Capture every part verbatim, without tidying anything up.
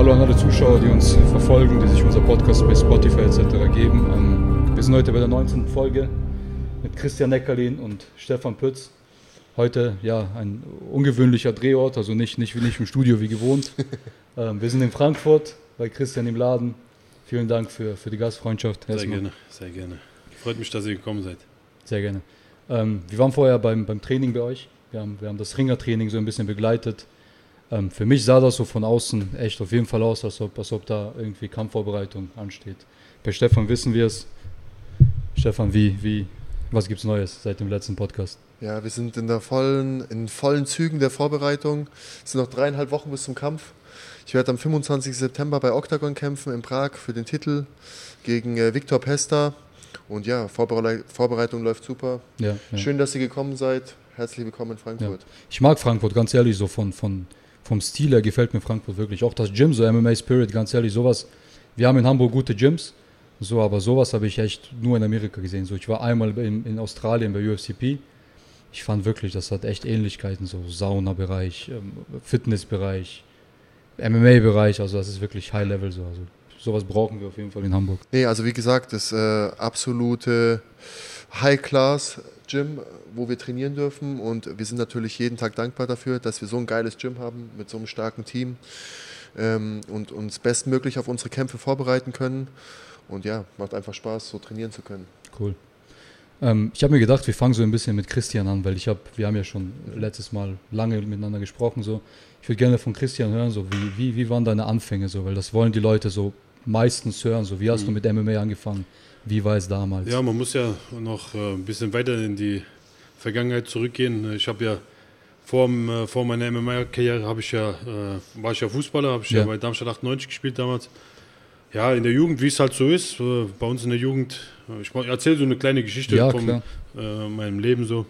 Hallo an alle Zuschauer, die uns verfolgen, die sich unser Podcast bei Spotify et cetera geben. Ähm, wir sind heute bei der neunzehnten Folge mit Christian Neckarlin und Stefan Pütz. Heute ja ein ungewöhnlicher Drehort, also nicht, nicht, nicht im Studio wie gewohnt. ähm, wir sind in Frankfurt bei Christian im Laden. Vielen Dank für, für die Gastfreundschaft. Sehr Erstmal. gerne, sehr gerne. Freut mich, dass ihr gekommen seid. Sehr gerne. Ähm, wir waren vorher beim, beim Training bei euch. Wir haben, wir haben das Ringertraining so ein bisschen begleitet. Ähm, für mich sah das so von außen echt auf jeden Fall aus, als ob, als ob da irgendwie Kampfvorbereitung ansteht. Bei Stefan wissen wir es. Stefan, wie, wie, was gibt's Neues seit dem letzten Podcast? Ja, wir sind in der vollen, in vollen Zügen der Vorbereitung. Es sind noch dreieinhalb Wochen bis zum Kampf. Ich werde am fünfundzwanzigsten September bei Octagon kämpfen in Prag für den Titel gegen äh, Viktor Pesta. Und ja, Vorbere- Vorbereitung läuft super. Ja, ja. Schön, dass ihr gekommen seid. Herzlich willkommen in Frankfurt. Ja. Ich mag Frankfurt, ganz ehrlich, so von, von, vom Stil her gefällt mir Frankfurt wirklich. Auch das Gym, so M M A Spirit, ganz ehrlich, sowas. Wir haben in Hamburg gute Gyms, so, aber sowas habe ich echt nur in Amerika gesehen. So, ich war einmal in, in Australien bei U F C P. Ich fand wirklich, das hat echt Ähnlichkeiten, so Sauna-Bereich, Fitnessbereich, M M A-Bereich, also das ist wirklich High-Level so. Also sowas brauchen wir auf jeden Fall in Hamburg. Nee, also wie gesagt, das äh, absolute High-Class-Gym, wo wir trainieren dürfen, und wir sind natürlich jeden Tag dankbar dafür, dass wir so ein geiles Gym haben mit so einem starken Team ähm, und uns bestmöglich auf unsere Kämpfe vorbereiten können. Und ja, macht einfach Spaß, so trainieren zu können. Cool. Ähm, ich habe mir gedacht, wir fangen so ein bisschen mit Christian an, weil ich habe, wir haben ja schon letztes Mal lange miteinander gesprochen. So. Ich würde gerne von Christian hören, so wie, wie, wie waren deine Anfänge, so, weil das wollen die Leute so meistens hören. So, wie hast mhm. du mit M M A angefangen? Wie war es damals? Ja, man muss ja noch äh, ein bisschen weiter in die Vergangenheit zurückgehen. Ich habe ja vor, äh, vor meiner M M A-Karriere habe ich ja, äh, war ich ja Fußballer, habe ich ja. ja bei Darmstadt achtundneunzig gespielt damals. Ja, in der Jugend, wie es halt so ist, äh, bei uns in der Jugend, ich erzähle so eine kleine Geschichte ja, von äh, meinem Leben so.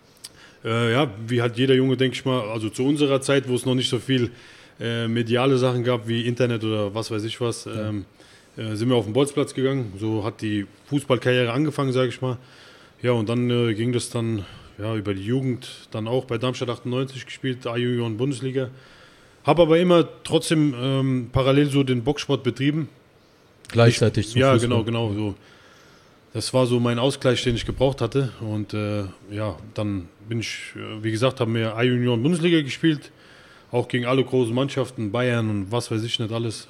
Äh, ja, wie halt jeder Junge, denke ich mal, also zu unserer Zeit, wo es noch nicht so viel äh, mediale Sachen gab wie Internet oder was weiß ich was, ja. ähm, äh, sind wir auf den Bolzplatz gegangen. So hat die Fußballkarriere angefangen, sage ich mal. Ja, und dann äh, ging das dann ja, über die Jugend, dann auch bei Darmstadt achtundneunzig gespielt, A-Junioren-Bundesliga. Habe aber immer trotzdem ähm, parallel so den Boxsport betrieben. Gleichzeitig zum Ja, Fußball. genau, genau. So. Das war so mein Ausgleich, den ich gebraucht hatte. Und äh, ja, dann bin ich, wie gesagt, haben wir A-Junioren-Bundesliga gespielt. Auch gegen alle großen Mannschaften, Bayern und was weiß ich nicht alles.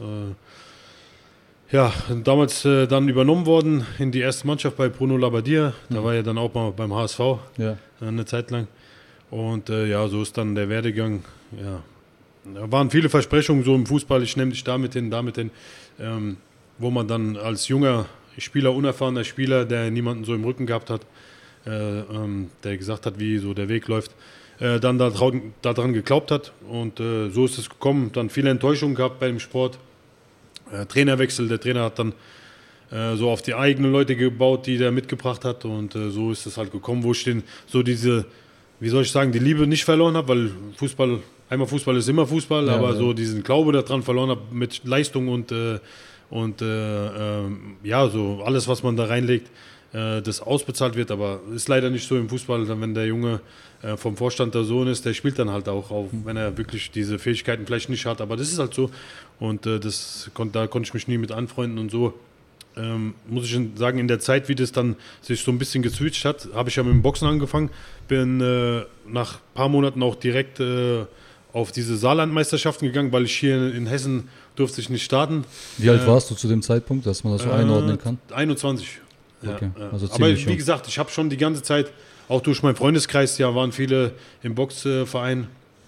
Äh, ja, damals äh, dann übernommen worden in die erste Mannschaft bei Bruno Labbadia. Da mhm. war ja dann auch mal beim H S V ja. eine Zeit lang. Und äh, ja, so ist dann der Werdegang. Ja. Da waren viele Versprechungen so im Fußball, ich nehme dich damit hin, damit hin. Ähm, wo man dann als junger Spieler, unerfahrener Spieler, der niemanden so im Rücken gehabt hat, äh, ähm, der gesagt hat, wie so der Weg läuft, äh, dann daran da geglaubt hat. Und äh, so ist es gekommen. Dann viele Enttäuschungen gehabt beim Sport. Äh, Trainerwechsel, der Trainer hat dann äh, so auf die eigenen Leute gebaut, die der mitgebracht hat. Und äh, so ist es halt gekommen, wo ich den, so diese, wie soll ich sagen, die Liebe nicht verloren habe, weil Fußball, einmal Fußball ist immer Fußball, ja, aber ja. so diesen Glaube daran verloren habe mit Leistung und äh, Und äh, äh, ja, so alles, was man da reinlegt, äh, das ausbezahlt wird. Aber ist leider nicht so im Fußball, wenn der Junge äh, vom Vorstand der Sohn ist, der spielt dann halt auch auf, wenn er wirklich diese Fähigkeiten vielleicht nicht hat. Aber das ist halt so. Und äh, das kon- da konnte ich mich nie mit anfreunden. Und so ähm, muss ich sagen, in der Zeit, wie das dann sich so ein bisschen gezwitscht hat, habe ich ja mit dem Boxen angefangen. Bin äh, nach ein paar Monaten auch direkt äh, auf diese Saarlandmeisterschaften gegangen, weil ich hier in Hessen durfte ich nicht starten. Wie alt äh, warst du zu dem Zeitpunkt, dass man das so äh, einordnen kann? einundzwanzig. Okay. Ja, also aber wie jung. gesagt, ich habe schon die ganze Zeit, auch durch meinen Freundeskreis, ja, waren viele im Boxverein,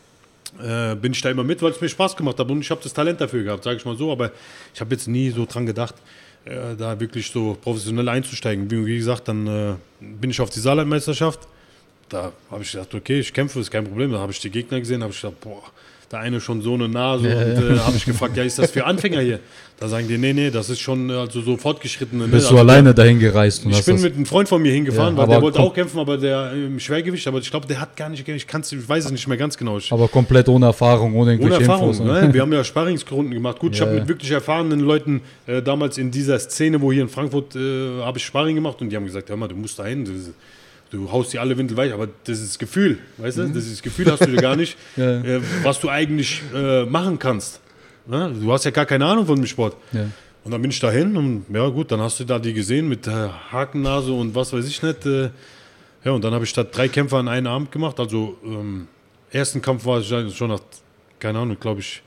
äh, bin ich da immer mit, weil es mir Spaß gemacht hat und ich habe das Talent dafür gehabt, sage ich mal so, aber ich habe jetzt nie so dran gedacht, äh, da wirklich so professionell einzusteigen. Wie, wie gesagt, dann äh, bin ich auf die Saarlandmeisterschaft. Da habe ich gedacht, okay, ich kämpfe, ist kein Problem. Da habe ich die Gegner gesehen, habe ich gedacht, boah, der eine schon so eine Nase. Ja, und äh, habe ich gefragt, ja, ist das für Anfänger hier? Da sagen die, nee, nee, das ist schon also so fortgeschrittene. Bist ne? du also, alleine der, dahin gereist? Und ich bin mit einem Freund von mir hingefahren, ja, weil der wollte auch kämpfen, aber der im Schwergewicht, aber ich glaube, der hat gar nicht, ich, kann's, ich weiß es nicht mehr ganz genau. Ich, aber komplett ohne Erfahrung, ohne irgendwelche Ohne Erfahrung, Infos, ne? Wir haben ja Sparringsrunden gemacht. Gut, ja, ich habe ja. mit wirklich erfahrenen Leuten äh, damals in dieser Szene, wo hier in Frankfurt, äh, habe ich Sparring gemacht und die haben gesagt, hör mal, du musst da hin, du haust die alle Windel weich, aber das ist das Gefühl, weißt du, das ist das Gefühl hast du gar nicht, ja. äh, was du eigentlich äh, machen kannst. Ne? Du hast ja gar keine Ahnung von dem Sport. Ja. Und dann bin ich da hin und ja gut, dann hast du da die gesehen mit äh, Hakennase und was weiß ich nicht. Äh, ja, und dann habe ich da drei Kämpfe an einem Abend gemacht. Also ähm, ersten Kampf war schon nach, keine Ahnung, glaube ich,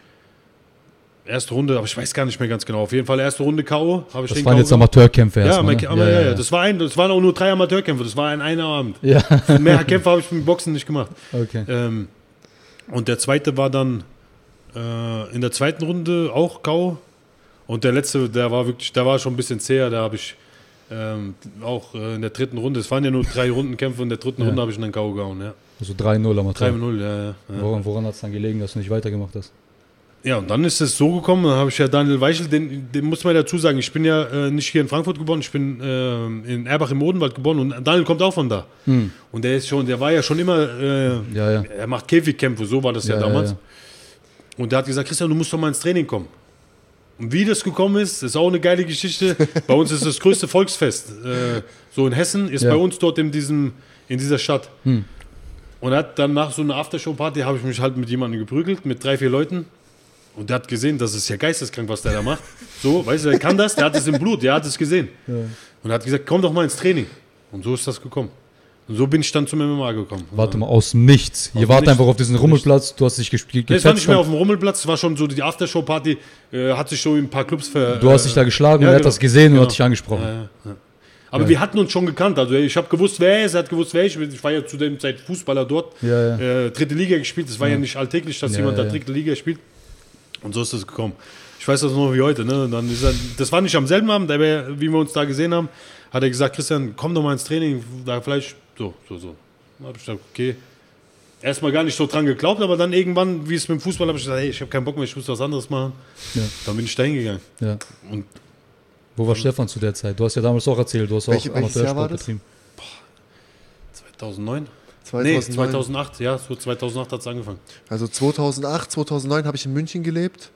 erste Runde, aber ich weiß gar nicht mehr ganz genau. Auf jeden Fall erste Runde K O. Habe ich Das den waren K O jetzt Amateurkämpfe ja, erstmal. mein, Ne? aber ja, ja, ja. Das, war ein, das waren auch nur drei Amateurkämpfe. Das war ein einer Abend. Ja. Mehr Kämpfe habe ich mit dem Boxen nicht gemacht. Okay. Ähm, und der zweite war dann äh, in der zweiten Runde auch K O. Und der letzte, der war wirklich, der war schon ein bisschen zäher. Da habe ich ähm, auch äh, in der dritten Runde, es waren ja nur drei Rundenkämpfe, in der dritten Ja. Runde habe ich einen K O gehauen. Ja. Also drei null Amateur. drei null, ja, ja, ja. Woran, woran hat es dann gelegen, dass du nicht weitergemacht hast? Ja, und dann ist es so gekommen, dann habe ich ja Daniel Weichel, den, den muss man dazu sagen, ich bin ja äh, nicht hier in Frankfurt geboren, ich bin äh, in Erbach im Odenwald geboren und Daniel kommt auch von da. Hm. Und der ist schon, der war ja schon immer, äh, Ja, ja. er macht Käfigkämpfe, so war das ja, Ja, ja, damals. ja. Und der hat gesagt, Christian, du musst doch mal ins Training kommen. Und wie das gekommen ist, ist auch eine geile Geschichte. Bei uns ist das größte Volksfest. Äh, so in Hessen ist Ja. bei uns dort in, diesem, in dieser Stadt. Hm. Und er hat dann nach so einer Aftershow-Party habe ich mich halt mit jemandem geprügelt, mit drei, vier Leuten. Und der hat gesehen, das ist ja geisteskrank, was der da macht. So, weißt du, der kann das, der hat es im Blut, der hat es gesehen. Ja. Und er hat gesagt, komm doch mal ins Training. Und so ist das gekommen. Und so bin ich dann zum M M A gekommen. Warte mal, aus dem Nichts. Ihr dem wart Nichts. einfach auf diesen Rummelplatz, du hast dich gespielt. Nee, es war nicht mehr auf dem Rummelplatz, es war schon so die Aftershow-Party, äh, hat sich schon in ein paar Clubs ver... Du hast dich da geschlagen ja, und er genau. hat das gesehen Genau. und hat dich angesprochen. Ja, ja, ja. Aber Ja. wir hatten uns schon gekannt. Also ich habe gewusst, wer er ist, er hat gewusst, wer ich bin. Ich war ja zu dem Zeit Fußballer dort. Ja, ja. Äh, dritte Liga gespielt. Es war ja. ja nicht alltäglich, dass Ja, jemand ja, da ja. dritte Liga spielt. Und so ist es gekommen. Ich weiß das noch wie heute. Ne? Und dann ist er, das war nicht am selben Abend, aber wie wir uns da gesehen haben, hat er gesagt, Christian, komm doch mal ins Training. Da vielleicht so, so, so. Da habe ich gesagt, okay. Erstmal gar nicht so dran geglaubt, aber dann irgendwann, wie es mit dem Fußball, habe ich gesagt, hey, ich habe keinen Bock mehr, ich muss was anderes machen. Ja. Dann bin ich da hingegangen. Ja. Und Wo war Stefan zu der Zeit? Du hast ja damals auch erzählt, du hast Welche- auch welches Jahr war Amateursport das? betrieben. zweitausendneun? zweitausendneun. Nee, zweitausendacht, ja, so zweitausendacht hat es angefangen. Also zweitausendacht, zweitausendneun habe ich in München gelebt.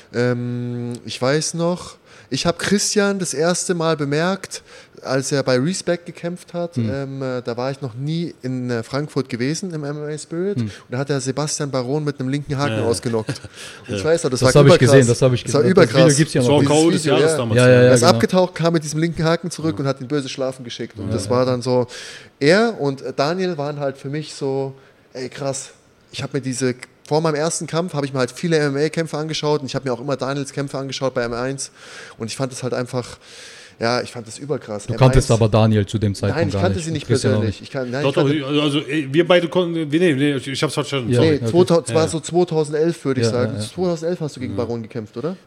Ähm, ich weiß noch, ich habe Christian das erste Mal bemerkt, als er bei Respect gekämpft hat. Hm. Ähm, äh, da war ich noch nie in äh, Frankfurt gewesen im M M A Spirit. Hm. Und da hat er Sebastian Baron mit einem linken Haken Ja. ausgenockt. Und ich weiß noch, das, Das war habe ich überkrass. gesehen, das habe ich Das war gesehen. überkrass. Video gibt's ja Das noch. war auch dieses K O des Video, Jahres ja. damals. Ja, ja, Er ja. ist genau. abgetaucht, kam mit diesem linken Haken zurück und hat ihn böse schlafen geschickt. Und das war dann so, er und Daniel waren halt für mich so, ey krass, ich habe mir diese, vor meinem ersten Kampf habe ich mir halt viele M M A-Kämpfe angeschaut und ich habe mir auch immer Daniels Kämpfe angeschaut bei M eins und ich fand das halt einfach, ja, ich fand das überkrass. Du M eins, kanntest aber Daniel zu dem Zeitpunkt Nein, ich gar kannte nicht. sie nicht Christian auch persönlich. Ich kann, nein, Doch, ich doch, kannte, also ey, wir beide konnten, nee, nee, nee ich hab's verstanden. Ja. sorry. nee, okay. zweitausend, es war Ja. so zweitausendelf, würde ich Ja, sagen. ja, ja. zweitausendelf hast du gegen Baron gekämpft, oder?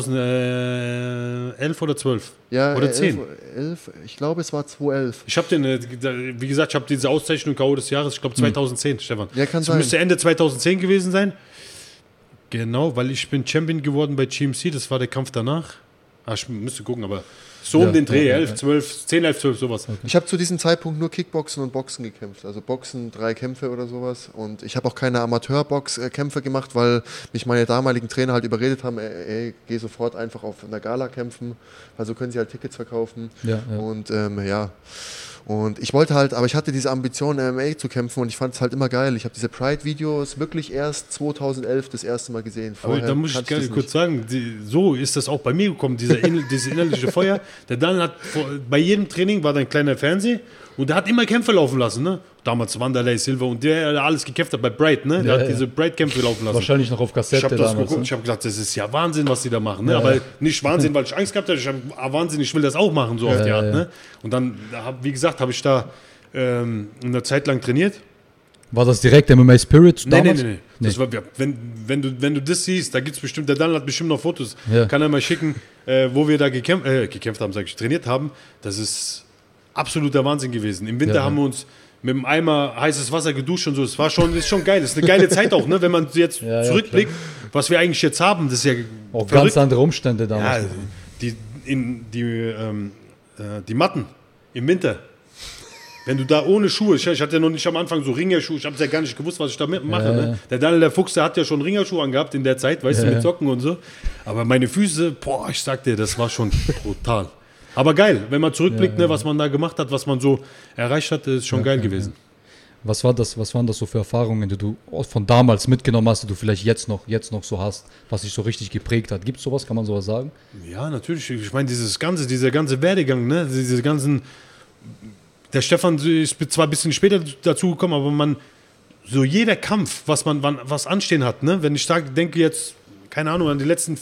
zweitausendelf oder zwölf? Ja, Oder äh, zehn? elf, ich glaube, es war zweitausendelf. Ich habe den, äh, wie gesagt, ich habe diese Auszeichnung K O des Jahres, ich glaube zweitausendzehn, Stefan. Ja, kann Das sein. müsste Ende zweitausendzehn gewesen sein. Genau, weil ich bin Champion geworden bei G M C, das war der Kampf danach. Ah, ich müsste gucken, aber so Ja, um den Dreh, ja, ja, elf, ja. zwölf, zehn, elf, zwölf, sowas. Ich habe zu diesem Zeitpunkt nur Kickboxen und Boxen gekämpft. Also Boxen, drei Kämpfe oder sowas. Und ich habe auch keine Amateurbox-Kämpfe gemacht, weil mich meine damaligen Trainer halt überredet haben, ey, ey geh sofort einfach auf einer Gala kämpfen, weil so können sie halt Tickets verkaufen. Ja, ja. Und ähm, ja. Und ich wollte halt, aber ich hatte diese Ambition, M M A zu kämpfen und ich fand es halt immer geil. Ich habe diese Pride-Videos wirklich erst zweitausendelf das erste Mal gesehen. Aber Vorher da muss ich kannte gerne das kurz nicht. sagen, die, so ist das auch bei mir gekommen, dieser in, dieses innerliche Feuer. Der Dan hat, vor, bei jedem Training war da ein kleiner Fernseher und der hat immer Kämpfe laufen lassen. Ne? Damals Wanderlei Silva und der, der alles gekämpft hat bei Bright. Ne? Der Ja, hat ja. diese Bright-Kämpfe laufen lassen. Wahrscheinlich noch auf Ich Kassette habe das damals. geguckt, ne? ich habe gedacht, das ist ja Wahnsinn, was die da machen. Ne? Ja, Aber ja. nicht Wahnsinn, weil ich Angst gehabt habe. Ich habe ah, Wahnsinn, ich will das auch machen, so auf die ja, Art. ja. Ne? Und dann, da hab, wie gesagt, habe ich da ähm, eine Zeit lang trainiert. War das direkt M M A Spirit Nee, nee, damals? nee, nee. Das war, ja, wenn, wenn, du, wenn du das siehst, da gibt es bestimmt, der Dan hat bestimmt noch Fotos. Ja. Kann er mal schicken, äh, wo wir da gekämpft, äh, gekämpft haben, sag ich, trainiert haben. Das ist absoluter Wahnsinn gewesen. Im Winter Ja, haben ja. wir uns mit einem Eimer heißes Wasser geduscht und so. Das war schon, das ist schon geil. Das ist eine geile Zeit auch, ne? Wenn man jetzt Ja, ja, zurückblickt, was wir eigentlich jetzt haben. Das ist ja Auch verrückt. ganz andere Umstände Ja, damals. die, in, die, ähm, äh, die Matten im Winter. Wenn du da ohne Schuhe, ich, ich hatte ja noch nicht am Anfang so Ringerschuhe, ich habe ja gar nicht gewusst, was ich damit mache. Ja, ja. Ne? Der Daniel der Fuchs, der hat ja schon Ringerschuhe angehabt in der Zeit, weißt Ja, du, mit ja. Socken und so. Aber meine Füße, boah, ich sag dir, das war schon brutal. Aber geil, wenn man zurückblickt, Ja, ja. Ne, was man da gemacht hat, was man so erreicht hat, ist schon Ja, geil ja, gewesen. Was war das, was waren das so für Erfahrungen, die du von damals mitgenommen hast, die du vielleicht jetzt noch, jetzt noch so hast, was dich so richtig geprägt hat? Gibt es sowas, kann man sowas sagen? Ja, natürlich. Ich meine, dieses ganze, dieser ganze Werdegang, ne? Diese ganzen. Der Stefan ist zwar ein bisschen später dazu gekommen, aber man. So jeder Kampf, was man was anstehen hat, ne? Wenn ich sage, denke jetzt, keine Ahnung, an die letzten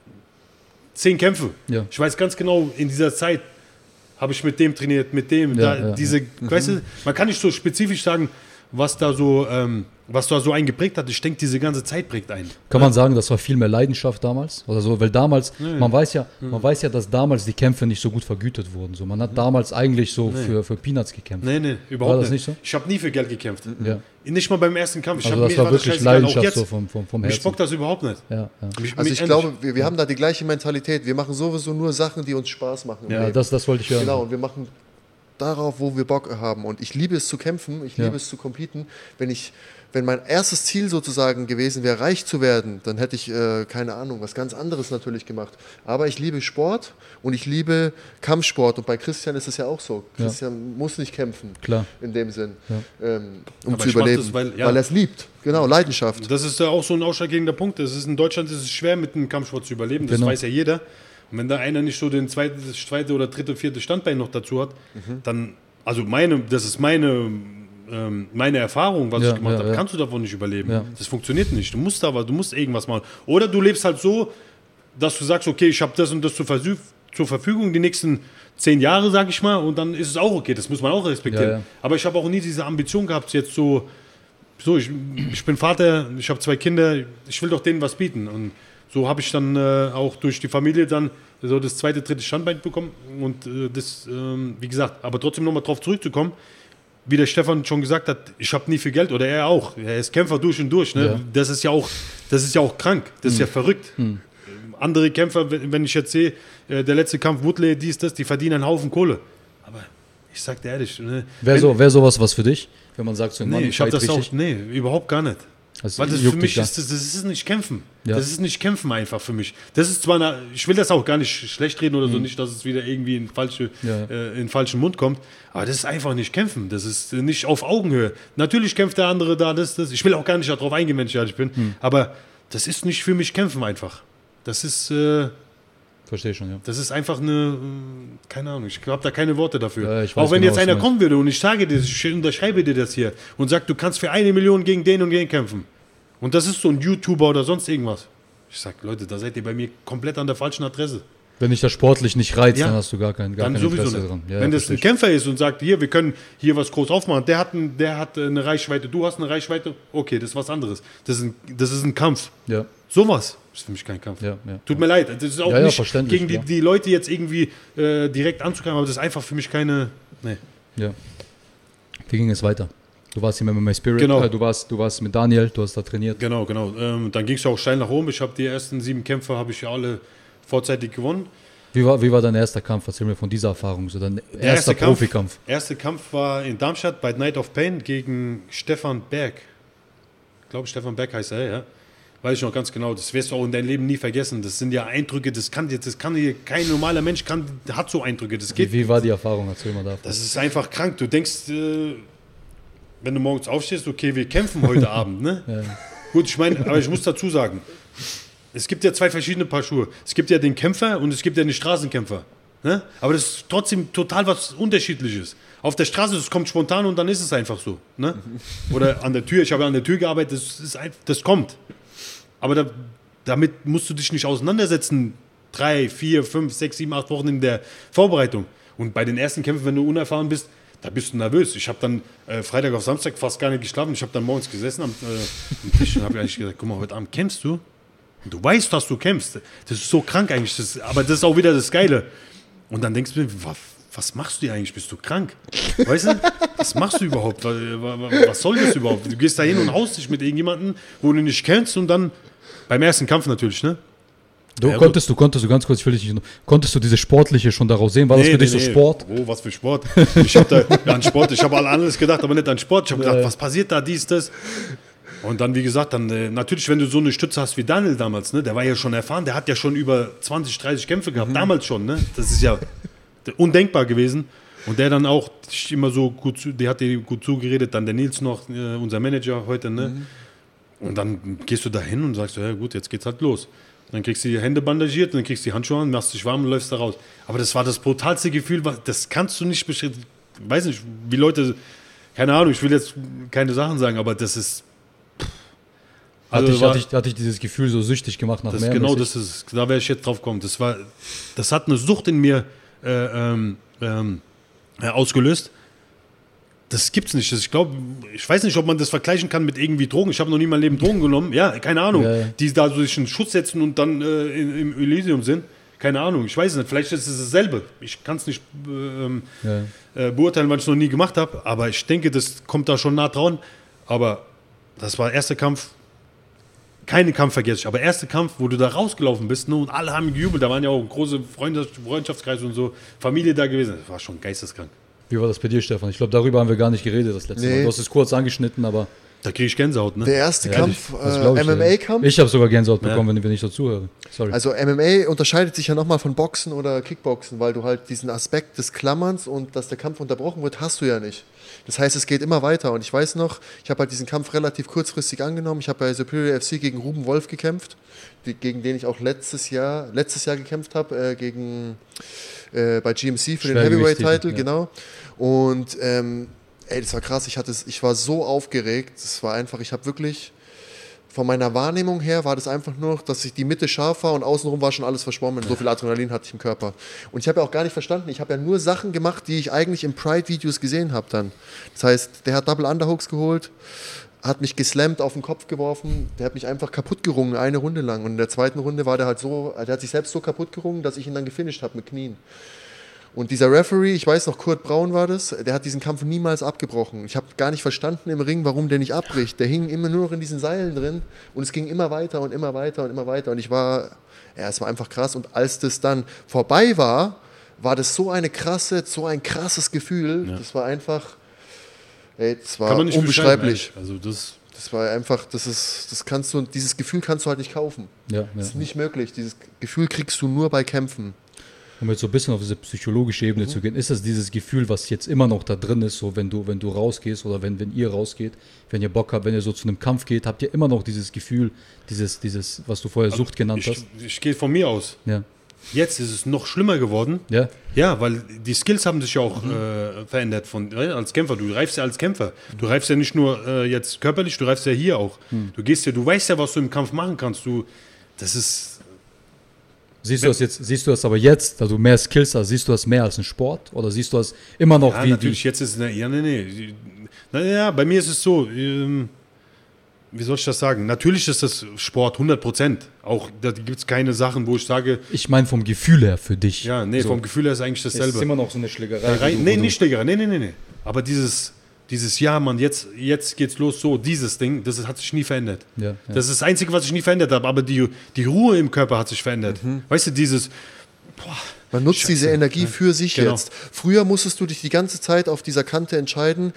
zehn Kämpfe. Ja. Ich weiß ganz genau, in dieser Zeit habe ich mit dem trainiert, mit dem. Ja, da, ja, diese, ja. Weißt du, man kann nicht so spezifisch sagen, was da so, ähm, was da so einen geprägt hat. Ich denke, diese ganze Zeit prägt einen. Kann man sagen, das war viel mehr Leidenschaft damals? Oder so, weil damals, nee. man weiß ja, man mhm. weiß ja, dass damals die Kämpfe nicht so gut vergütet wurden. So, man hat damals eigentlich so nee. für, für Peanuts gekämpft. Nee, nee, überhaupt war das nicht. nicht so? Ich habe nie für Geld gekämpft. Ja. Nicht mal beim ersten Kampf. Ich also hab, das war war wirklich das Leidenschaft jetzt, so vom, vom, vom Herzen. Mich bockt das überhaupt nicht. Ja, ja. Mich, also ich mich, glaube, wir, wir haben da die gleiche Mentalität. Wir machen sowieso nur Sachen, die uns Spaß machen. Ja, das, das wollte ich hören. Genau, und wir machen darauf, wo wir Bock haben. Und ich liebe es zu kämpfen, ich Ja. liebe es zu competen. Wenn ich, wenn mein erstes Ziel sozusagen gewesen wäre, reich zu werden, dann hätte ich, äh, keine Ahnung, was ganz anderes natürlich gemacht. Aber ich liebe Sport und ich liebe Kampfsport. Und bei Christian ist es ja auch so. Ja. Christian muss nicht kämpfen, Klar. in dem Sinn, Ja. ähm, um Aber zu ich mach überleben. das, weil- ja. weil er es liebt. Genau, Leidenschaft. Das ist ja auch so ein ausschlaggebender Punkt. Das ist, in Deutschland ist es schwer, mit einem Kampfsport zu überleben. Das Genau. weiß ja jeder. Und wenn da einer nicht so den zweite, das zweite oder dritte, vierte Standbein noch dazu hat, Mhm. dann, also meine, das ist meine, ähm, meine Erfahrung, was Ja, ich gemacht ja, habe, ja. kannst du davon nicht überleben. Ja. Das funktioniert nicht. Du musst aber, du musst irgendwas machen. Oder du lebst halt so, dass du sagst, okay, ich habe das und das zur, Versü- zur Verfügung die nächsten zehn Jahre, sag ich mal, und dann ist es auch okay. Das muss man auch respektieren. Ja, ja. Aber ich habe auch nie diese Ambition gehabt, jetzt so, so ich, ich bin Vater, ich habe zwei Kinder, ich will doch denen was bieten. Und so habe ich dann äh, auch durch die Familie dann so das zweite, dritte Standbein bekommen. Und äh, das, ähm, wie gesagt, aber trotzdem nochmal drauf zurückzukommen, wie der Stefan schon gesagt hat, ich habe nie viel Geld, oder er auch. Er ist Kämpfer durch und durch. Ne? Ja. Das ist ja auch, das ist ja auch krank, das ist ja verrückt. Andere Kämpfer, wenn wenn ich jetzt sehe, äh, der letzte Kampf, Woodley, dies, das, die verdienen einen Haufen Kohle. Aber ich sag dir ehrlich, ne, Wäre wenn- so, wär sowas was für dich? Wenn man sagt, so ein nee, Mann ich habe fight das auch, richtig? nee, überhaupt gar nicht. Das Weil das für juckt mich dich, ja. ist, das, das ist nicht Kämpfen. Ja. Das ist nicht Kämpfen einfach für mich. Das ist zwar, eine, ich will das auch gar nicht schlecht reden oder so, nicht, dass es wieder irgendwie in, falsche, Ja. äh, in den falschen Mund kommt, aber das ist einfach nicht Kämpfen. Das ist nicht auf Augenhöhe. Natürlich kämpft der andere da, das, das. Ich will auch gar nicht darauf eingehen, wenn ich ehrlich bin, aber das ist nicht für mich Kämpfen einfach. Das ist, äh, Verstehe schon, ja. das ist einfach eine, äh, keine Ahnung, ich habe da keine Worte dafür. Ja, ich weiß auch wenn genau, jetzt was einer du kommen würde und ich sage dir, ich unterschreibe dir das hier und sagt, du kannst für eine Million gegen den und den kämpfen. Und das ist so ein YouTuber oder sonst irgendwas. Ich sag, Leute, da seid ihr bei mir komplett an der falschen Adresse. Wenn dich das sportlich nicht reizt, Ja. dann hast du gar kein, gar Dann kein sowieso Interesse nicht. dran. Ja, Wenn ja, das ein verstehe ich. Kämpfer ist und sagt, hier, wir können hier was groß aufmachen, der hat, ein, der hat eine Reichweite, du hast eine Reichweite, okay, das ist was anderes. Das ist ein, das ist ein Kampf. Ja, Sowas ist für mich kein Kampf. ja, ja. Tut mir leid, das ist auch Ja, ja, nicht verständlich, gegen die, ja. die Leute jetzt irgendwie äh, direkt anzugreifen, aber das ist einfach für mich keine, nee. Ja. Wie ging es weiter? Du warst hier mit M M A Spirit, Genau. äh, du, warst, du warst mit Daniel, du hast da trainiert. Genau, genau. Ähm, dann ging es ja auch steil nach oben. Ich habe die ersten sieben Kämpfe habe ich ja alle vorzeitig gewonnen. Wie war, wie war dein erster Kampf? Erzähl mir von dieser Erfahrung, so dein Der erster erste Kampf, Profikampf. erste Kampf war in Darmstadt bei Night of Pain gegen Stefan Berg. Ich glaube, Stefan Berg heißt er, ja. Weiß ich noch ganz genau. Das wirst du auch in deinem Leben nie vergessen. Das sind ja Eindrücke, das kann, das kann hier kein normaler Mensch kann, hat so Eindrücke. Das geht. Wie, wie war die Erfahrung? Erzähl mal davon. Das ist einfach krank. Du denkst, äh, wenn du morgens aufstehst, okay, wir kämpfen heute Abend, ne? Ja. Gut, ich meine, aber ich muss dazu sagen, es gibt ja zwei verschiedene Paar Schuhe. Es gibt ja den Kämpfer und es gibt ja den Straßenkämpfer. Ne? Aber das ist trotzdem total was Unterschiedliches. Auf der Straße, das kommt spontan und dann ist es einfach so. Ne? Oder an der Tür, ich habe an der Tür gearbeitet, das, ist ein, das kommt. Aber da, damit musst du dich nicht auseinandersetzen, drei, vier, fünf, sechs, sieben, acht Wochen in der Vorbereitung. Und bei den ersten Kämpfen, wenn du unerfahren bist, da bist du nervös. Ich habe dann äh, Freitag auf Samstag fast gar nicht geschlafen. Ich habe dann morgens gesessen am, äh, am Tisch und habe eigentlich gesagt, guck mal, heute Abend kämpfst du. Und du weißt, dass du kämpfst. Das ist so krank eigentlich. Das, aber das ist auch wieder das Geile. Und dann denkst du mir, was, was machst du hier eigentlich? Bist du krank? Weißt du, was machst du überhaupt? Was, was soll das überhaupt? Du gehst da hin und haust dich mit irgendjemandem, wo du nicht kennst und dann beim ersten Kampf natürlich, ne? Du Ja, konntest, du konntest du ganz kurz, ich will dich nicht, konntest du diese sportliche schon daraus sehen? War das für dich so Sport? Oh, was für Sport? Ich habe da ja, an Sport, ich habe an alles gedacht, aber nicht an Sport. Ich habe gedacht, Ja. was passiert da, dies, das. Und dann, wie gesagt, dann äh, natürlich, wenn du so eine Stütze hast wie Daniel damals, ne, der war ja schon erfahren, der hat ja schon über zwanzig, dreißig Kämpfe gehabt, damals schon, ne? Das ist ja undenkbar gewesen. Und der dann auch immer so gut, zu, der hat dir gut zugeredet, dann der Nils noch, äh, unser Manager heute, ne? Mhm. Und dann gehst du da hin und sagst, ja gut, jetzt geht's halt los. Und dann kriegst du die Hände bandagiert, und dann kriegst du die Handschuhe an, machst dich warm und läufst da raus. Aber das war das brutalste Gefühl, das kannst du nicht beschreiben. Ich weiß nicht, wie Leute, keine Ahnung, ich will jetzt keine Sachen sagen, aber das ist... Also hatte, ich, hatte, ich, hatte ich dieses Gefühl so süchtig gemacht nach das mehr? Genau, das ist, da wäre ich jetzt drauf gekommen. Das, war, das hat eine Sucht in mir äh, ähm, ähm, ausgelöst. Das gibt's nicht. Das, ich glaube, ich weiß nicht, ob man das vergleichen kann mit irgendwie Drogen. Ich habe noch nie mein Leben Drogen genommen. Ja, keine Ahnung. Ja, ja. Die da so sich in Schutz setzen und dann äh, in, im Elysium sind. Keine Ahnung. Ich weiß es nicht. Vielleicht ist es dasselbe. Ich kann es nicht ähm, ja. äh, beurteilen, weil ich es noch nie gemacht habe. Aber ich denke, das kommt da schon nah dran. Aber das war der erste Kampf. Keine Kampf vergesse ich, aber erster Kampf, wo du da rausgelaufen bist, ne, und alle haben gejubelt, da waren ja auch große Freundschaftskreise und so, Familie da gewesen, das war schon geisteskrank. Wie war das bei dir, Stefan? Ich glaube, darüber haben wir gar nicht geredet das letzte nee. Mal. Du hast es kurz angeschnitten, aber... Da kriege ich Gänsehaut, ne? Der erste ja, Kampf, ich, äh, M M A-Kampf? Ich habe sogar Gänsehaut bekommen, ja. wenn, wenn ich dazu höre. Sorry. Also M M A unterscheidet sich ja nochmal von Boxen oder Kickboxen, weil du halt diesen Aspekt des Klammerns und dass der Kampf unterbrochen wird, hast du ja nicht. Das heißt, es geht immer weiter. Und ich weiß noch, ich habe halt diesen Kampf relativ kurzfristig angenommen. Ich habe bei Superior F C gegen Ruben Wolf gekämpft, die, gegen den ich auch letztes Jahr, letztes Jahr gekämpft habe, äh, gegen äh, bei G M C für den Heavyweight-Title, ja. genau. Und ähm, ey, das war krass. Ich, hatte, ich war so aufgeregt. Das war einfach, ich habe wirklich... Von meiner Wahrnehmung her war das einfach nur, dass ich die Mitte scharf war und außenrum war schon alles verschwommen. So viel Adrenalin hatte ich im Körper. Und ich habe ja auch gar nicht verstanden, ich habe ja nur Sachen gemacht, die ich eigentlich in Pride-Videos gesehen habe dann. Das heißt, der hat Double Underhooks geholt, hat mich geslammt, auf den Kopf geworfen, der hat mich einfach kaputt gerungen, eine Runde lang. Und in der zweiten Runde war der halt so, der hat sich selbst so kaputt gerungen, dass ich ihn dann gefinisht habe mit Knien. Und dieser Referee, ich weiß noch, Kurt Braun war das, der hat diesen Kampf niemals abgebrochen. Ich habe gar nicht verstanden im Ring, warum der nicht abbricht. Der hing immer nur noch in diesen Seilen drin und es ging immer weiter und immer weiter und immer weiter. Und ich war, ja, es war einfach krass. Und als das dann vorbei war, war das so eine krasse, so ein krasses Gefühl. Ja. Das war einfach, ey, das war Kann man nicht unbeschreiblich. Also das Das war einfach, das ist, das kannst du, dieses Gefühl kannst du halt nicht kaufen. Ja, ja, das ist nicht möglich. Dieses Gefühl kriegst du nur bei Kämpfen. Um jetzt so ein bisschen auf diese psychologische Ebene mhm. zu gehen, ist das dieses Gefühl, was jetzt immer noch da drin ist, so wenn du, wenn du rausgehst oder wenn, wenn ihr rausgeht, wenn ihr Bock habt, wenn ihr so zu einem Kampf geht, habt ihr immer noch dieses Gefühl, dieses, dieses, was du vorher also Sucht genannt ich, hast? Ich gehe von mir aus. Ja. Jetzt ist es noch schlimmer geworden. Ja. Ja, weil die Skills haben sich ja auch mhm. äh, verändert von, äh, als Kämpfer. Du reifst ja als Kämpfer. Du reifst ja nicht nur äh, jetzt körperlich, du reifst ja hier auch. Mhm. Du gehst ja, du weißt ja, was du im Kampf machen kannst. Du, das ist... Siehst du das jetzt, siehst du das aber jetzt, da du mehr Skills hast, siehst du das mehr als ein Sport? Oder siehst du das immer noch ja, wie natürlich, jetzt ist es, ja, nee, nee. Naja, bei mir ist es so, ähm, wie soll ich das sagen? Natürlich ist das Sport hundert Prozent. Auch, da gibt es keine Sachen, wo ich sage... Ich meine vom Gefühl her für dich. Ja, nee, so. Vom Gefühl her ist eigentlich dasselbe. Es ist immer noch so eine Schlägerei. Rein, nee, nicht Schlägerei, nee, nee, nee, nee. Aber dieses... Dieses Jahr, Mann, jetzt, jetzt geht's los, so, dieses Ding, das hat sich nie verändert. Ja, ja. Das ist das Einzige, was sich nie verändert hat, aber die, die Ruhe im Körper hat sich verändert. Mhm. Weißt du, dieses... Boah, Man nutzt Scheiße. diese Energie für sich genau. jetzt. Früher musstest du dich die ganze Zeit auf dieser Kante entscheiden,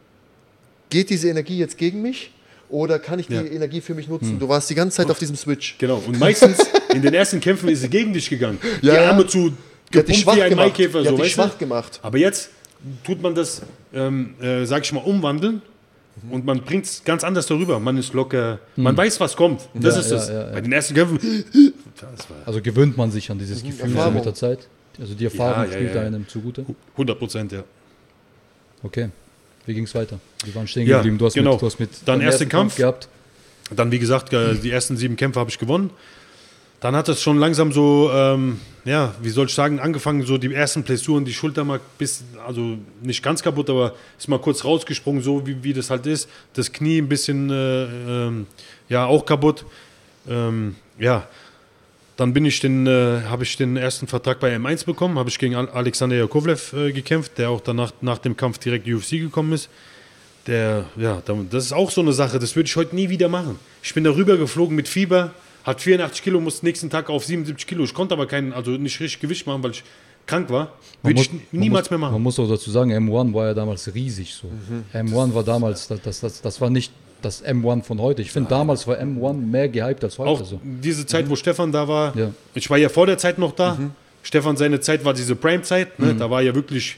geht diese Energie jetzt gegen mich oder kann ich die ja. Energie für mich nutzen? Mhm. Du warst die ganze Zeit auf diesem Switch. Genau, und meistens in den ersten Kämpfen ist sie gegen dich gegangen. Ja, die Arme ja. zu gepumpt wie ein Maikäfer. Die so, hat dich weißt schwach du? gemacht. Aber jetzt tut man das, ähm, äh, sag ich mal, umwandeln mhm. und man bringt es ganz anders darüber. Man ist locker, mhm. man weiß, was kommt. Das ja, ist ja, es. Ja, ja. Bei den ersten Kämpfen. Also gewöhnt man sich an dieses mhm. Gefühl so mit der Zeit? Also die Erfahrung ja, spielt ja, ja. einem zugute? hundert Prozent, ja. Okay. Wie ging es weiter? Wir waren stehen ja, geblieben. Du hast genau. mit, du hast mit dann ersten Kampf, Kampf gehabt. Dann, wie gesagt, die ersten sieben Kämpfe habe ich gewonnen. Dann hat es schon langsam so, ähm, ja, wie soll ich sagen, angefangen, so die ersten Blessuren, die Schulter mal bis, also nicht ganz kaputt, aber ist mal kurz rausgesprungen, so wie, wie das halt ist. Das Knie ein bisschen, äh, ähm, ja, auch kaputt. Ähm, ja, dann bin ich den, äh, habe ich den ersten Vertrag bei M eins bekommen, habe ich gegen Alexander Jakovlev äh, gekämpft, der auch danach nach dem Kampf direkt U F C gekommen ist. Der, ja, das ist auch so eine Sache, das würde ich heute nie wieder machen. Ich bin da rüber geflogen mit Fieber, hat vierundachtzig Kilo, musste nächsten Tag auf siebenundsiebzig Kilo. Ich konnte aber keinen, also nicht richtig Gewicht machen, weil ich krank war. Würde ich niemals muss, mehr machen. Man muss auch dazu sagen, M eins war ja damals riesig so. Mhm. M eins war damals, das, das, das, das war nicht das M eins von heute. Ich finde, ja. damals war M eins mehr gehypt als heute. Auch so. diese Zeit, mhm. wo Stefan da war, ja. ich war ja vor der Zeit noch da. Mhm. Stefan, seine Zeit war diese Prime-Zeit, ne? Mhm. Da war ja wirklich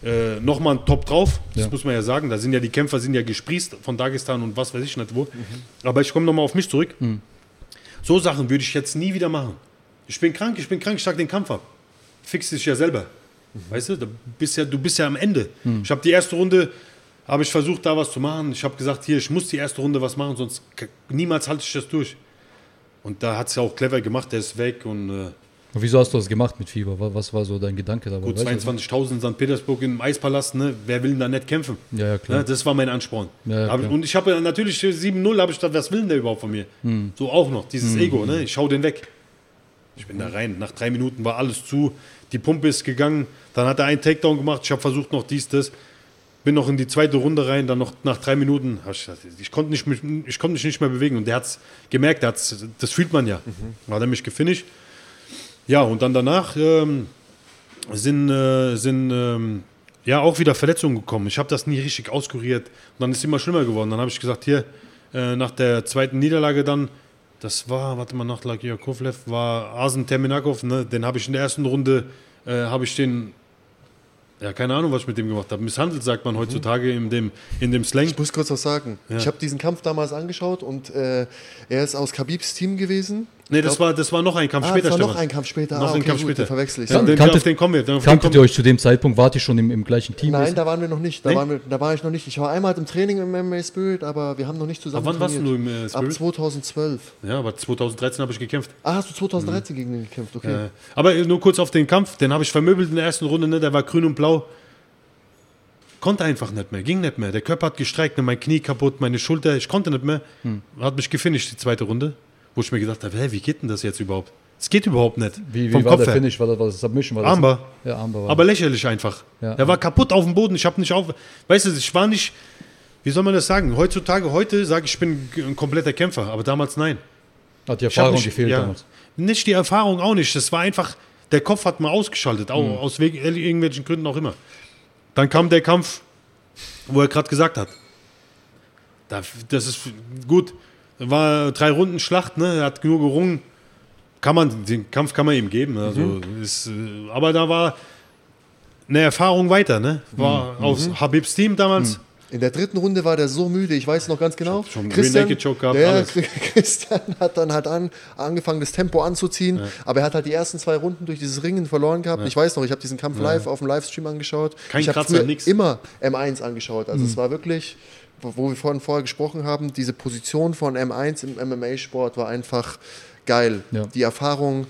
äh, nochmal ein Top drauf, das Ja. muss man ja sagen. Da sind ja die Kämpfer sind ja gesprießt von Dagestan und was weiß ich nicht wo. Mhm. Aber ich komme nochmal auf mich zurück. Mhm. So Sachen würde ich jetzt nie wieder machen. Ich bin krank, ich bin krank, ich sag den Kampf ab. Fix dich ja selber. Mhm. Weißt du, du bist ja, du bist ja am Ende. Mhm. Ich habe die erste Runde, habe ich versucht, da was zu machen. Ich habe gesagt, hier, ich muss die erste Runde was machen, sonst niemals halte ich das durch. Und da hat es ja auch clever gemacht, der ist weg und... Äh, Und wieso hast du das gemacht mit Fieber? Was war so dein Gedanke dabei? Gut, zweiundzwanzigtausend in Sankt Petersburg im Eispalast, ne? Wer will denn da nicht kämpfen? Ja, ja, klar. Ja, das war mein Ansporn. Ja, ja, Aber, und ich habe natürlich sieben null, habe ich gedacht, was will denn der überhaupt von mir? Hm. So auch noch, dieses hm. Ego, ne? Ich schau den weg. Ich bin da rein. Nach drei Minuten war alles zu. Die Pumpe ist gegangen. Dann hat er einen Takedown gemacht. Ich habe versucht noch dies, das. Bin noch in die zweite Runde rein. Dann noch nach drei Minuten. Ich, ich konnte nicht, ich konnte mich nicht mehr bewegen. Und der hat es gemerkt. Der hat's, das fühlt man ja. Mhm. Hat er mich gefinisht. Ja, und dann danach ähm, sind, äh, sind ähm, ja auch wieder Verletzungen gekommen. Ich habe das nie richtig auskuriert. Und dann ist es immer schlimmer geworden. Dann habe ich gesagt, hier, äh, nach der zweiten Niederlage dann, das war, warte mal, nach Lagia Kovlev, war Arsen Terminakov, ne? Den habe ich in der ersten Runde, äh, habe ich den, ja, keine Ahnung, was ich mit dem gemacht habe. Misshandelt, sagt man heutzutage in dem, in dem Slang. Ich muss kurz was sagen. Ja. Ich habe diesen Kampf damals angeschaut und äh, er ist aus Khabibs Team gewesen. Nee, das war, das war noch ein Kampf ah, später. Das war noch ein Kampf später. Noch ah, ein okay, Kampf gut, später. Verwechsel ich. Ja, den, kanntet, auf den kommen wir. Auf kanntet den ihr euch zu dem Zeitpunkt, wart ihr schon im, im gleichen Team? Nein, ist? da waren wir noch nicht. Da, nee? waren wir, da war ich noch nicht. Ich war einmal im Training im M M A Spirit, aber wir haben noch nicht zusammen aber wann trainiert. warst du im äh, Spirit? Ab zweitausendzwölf. Ja, aber zweitausenddreizehn habe ich gekämpft. Ah, hast du zweitausenddreizehn mhm. gegen den gekämpft, okay. Äh, aber nur kurz auf den Kampf, den habe ich vermöbelt in der ersten Runde, ne? Der war grün und blau. Konnte einfach nicht mehr, ging nicht mehr. Der Körper hat gestreckt, ne? Mein Knie kaputt, meine Schulter, ich konnte nicht mehr. Hm. Hat mich gefinisht, die zweite Runde, wo ich mir gedacht habe, hä, wie geht denn das jetzt überhaupt? Es geht überhaupt nicht. Wie, wie Vom war Kopf der her. Finish? War das, war das Submission? War das Armbar. Ja, Armbar war aber lächerlich einfach. Ja, er war kaputt auf dem Boden, ich habe nicht auf... Weißt du, ich war nicht... Wie soll man das sagen? Heutzutage, heute sage ich, ich bin ein kompletter Kämpfer, aber damals nein. Hat die Erfahrung nicht, gefehlt ja, damals? Nicht die Erfahrung, auch nicht. Das war einfach... Der Kopf hat mal ausgeschaltet, auch, mhm. aus wegen, irgendwelchen Gründen auch immer. Dann kam der Kampf, wo er gerade gesagt hat. Das ist gut. War drei Runden Schlacht, ne? Er hat nur gerungen. Kann man, den Kampf kann man ihm geben. Also mhm. ist, aber da war eine Erfahrung weiter, ne? War mhm. aus Habibs Team damals. Mhm. In der dritten Runde war der so müde, ich weiß noch ganz genau. Schon Christian, Choke gehabt, der, alles. Christian hat dann halt an, angefangen, das Tempo anzuziehen, ja. aber er hat halt die ersten zwei Runden durch dieses Ringen verloren gehabt. Ja. Ich weiß noch, ich habe diesen Kampf live ja. auf dem Livestream angeschaut. Kein ich Kratzer, habe nix. immer M eins angeschaut. Also mhm. es war wirklich, wo wir vorhin vorher gesprochen haben, diese Position von M eins im M M A-Sport war einfach geil. Ja. Die Erfahrung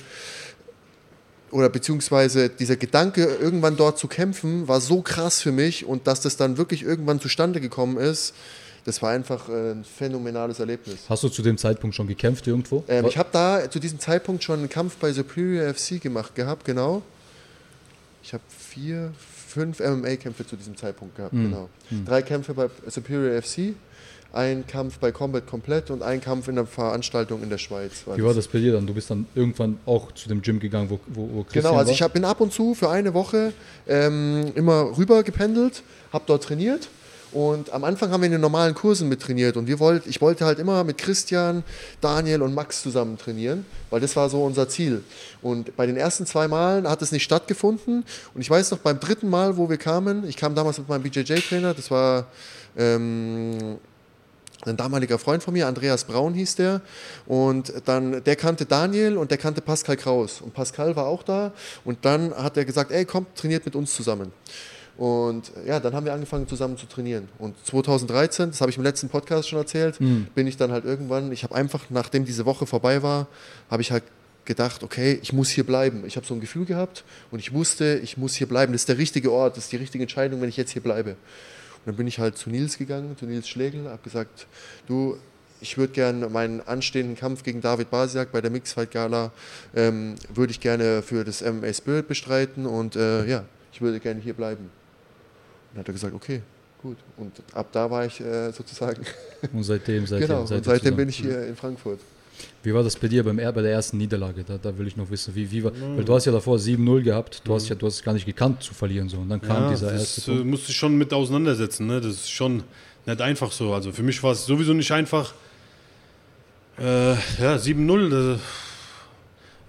oder beziehungsweise dieser Gedanke, irgendwann dort zu kämpfen, war so krass für mich und dass das dann wirklich irgendwann zustande gekommen ist, das war einfach ein phänomenales Erlebnis. Hast du zu dem Zeitpunkt schon gekämpft irgendwo? Ähm, ich habe da zu diesem Zeitpunkt schon einen Kampf bei Superior F C gemacht gehabt, genau. Ich habe vier, fünf M M A-Kämpfe zu diesem Zeitpunkt gehabt, mhm. genau. Mhm. Drei Kämpfe bei Superior F C, ein Kampf bei Combat Komplett und ein Kampf in der Veranstaltung in der Schweiz. War Wie war das bei dir dann? Du bist dann irgendwann auch zu dem Gym gegangen, wo, wo, wo Christian Genau, also war? ich hab, bin ab und zu für eine Woche ähm, immer rüber gependelt, habe dort trainiert und am Anfang haben wir in den normalen Kursen mit trainiert und wir wollt, ich wollte halt immer mit Christian, Daniel und Max zusammen trainieren, weil das war so unser Ziel. Und bei den ersten zwei Malen hat es nicht stattgefunden und ich weiß noch, beim dritten Mal, wo wir kamen, ich kam damals mit meinem B J J-Trainer, das war... Ähm, ein damaliger Freund von mir, Andreas Braun hieß der, und dann, der kannte Daniel und der kannte Pascal Kraus und Pascal war auch da und dann hat er gesagt, ey komm, trainiert mit uns zusammen. Und ja, dann haben wir angefangen zusammen zu trainieren und zweitausenddreizehn, das habe ich im letzten Podcast schon erzählt, mhm. bin ich dann halt irgendwann, ich habe einfach, nachdem diese Woche vorbei war, habe ich halt gedacht, okay, ich muss hier bleiben. Ich habe so ein Gefühl gehabt und ich wusste, ich muss hier bleiben, das ist der richtige Ort, das ist die richtige Entscheidung, wenn ich jetzt hier bleibe. Und dann bin ich halt zu Nils gegangen, zu Nils Schlegel, habe gesagt, du, ich würde gerne meinen anstehenden Kampf gegen David Basiak bei der Mixfight Gala, ähm, würde ich gerne für das M M A Spirit bestreiten und äh, ja, ich würde gerne hier bleiben. Und dann hat er gesagt, okay, gut. Und ab da war ich äh, sozusagen... Und seitdem, seitdem, genau, seitdem, und seitdem bin ich hier in Frankfurt. Wie war das bei dir beim, bei der ersten Niederlage? Da, da will ich noch wissen, wie, wie war, mhm. weil du hast ja davor sieben null gehabt, du hast ja du hast es gar nicht gekannt zu verlieren so und dann kam ja, dieser das erste Punkt. Musste ich schon mit auseinandersetzen, ne? Das ist schon nicht einfach so. Also für mich war es sowieso nicht einfach. Äh, ja, sieben null. Äh,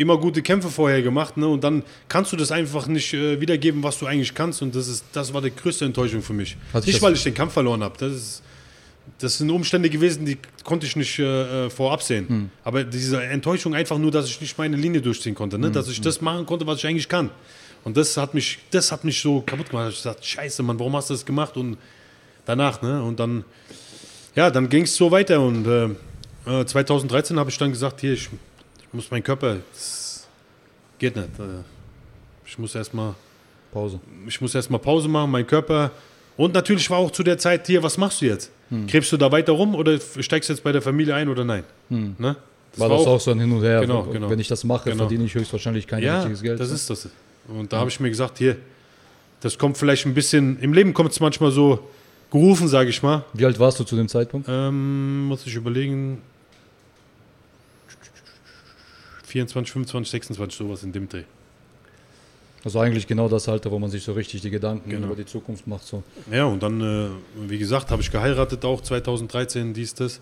immer gute Kämpfe vorher gemacht, ne? Und dann kannst du das einfach nicht äh, wiedergeben, was du eigentlich kannst. Und das ist, das war die größte Enttäuschung für mich. Hat sich Nicht, das- weil ich den Kampf verloren habe. Das ist, das sind Umstände gewesen, die konnte ich nicht äh, vorab sehen. Hm. Aber diese Enttäuschung einfach nur, dass ich nicht meine Linie durchziehen konnte, ne? Dass ich das machen konnte, was ich eigentlich kann. Und das hat mich, das hat mich so kaputt gemacht. Ich dachte, scheiße, Mann, warum hast du das gemacht? Und danach, ne? Und dann, ja, dann ging es so weiter. Und äh, äh, zwanzig dreizehn habe ich dann gesagt, hier, ich, ich muss meinen Körper, das geht nicht. Äh, ich muss erstmal Pause. ich muss erstmal Pause machen, mein Körper. Und natürlich war auch zu der Zeit hier, was machst du jetzt? Hm. Krebst du da weiter rum oder steigst du jetzt bei der Familie ein oder nein? Hm. Ne? War das auch so ein Hin und Her? Genau, genau. Wenn ich das mache, Genau. verdiene ich höchstwahrscheinlich kein Ja, richtiges Geld. das ne? ist das. Und da habe ich mir gesagt, hier, das kommt vielleicht ein bisschen, im Leben kommt es manchmal so gerufen, sage ich mal. Wie alt warst du zu dem Zeitpunkt? Ähm, muss ich überlegen, vierundzwanzig, fünfundzwanzig, sechsundzwanzig, sowas in dem Dreh. Also eigentlich genau das Alter, wo man sich so richtig die Gedanken Genau. über die Zukunft macht. So. Ja, und dann, äh, wie gesagt, habe ich geheiratet auch zwanzig dreizehn, dies, das.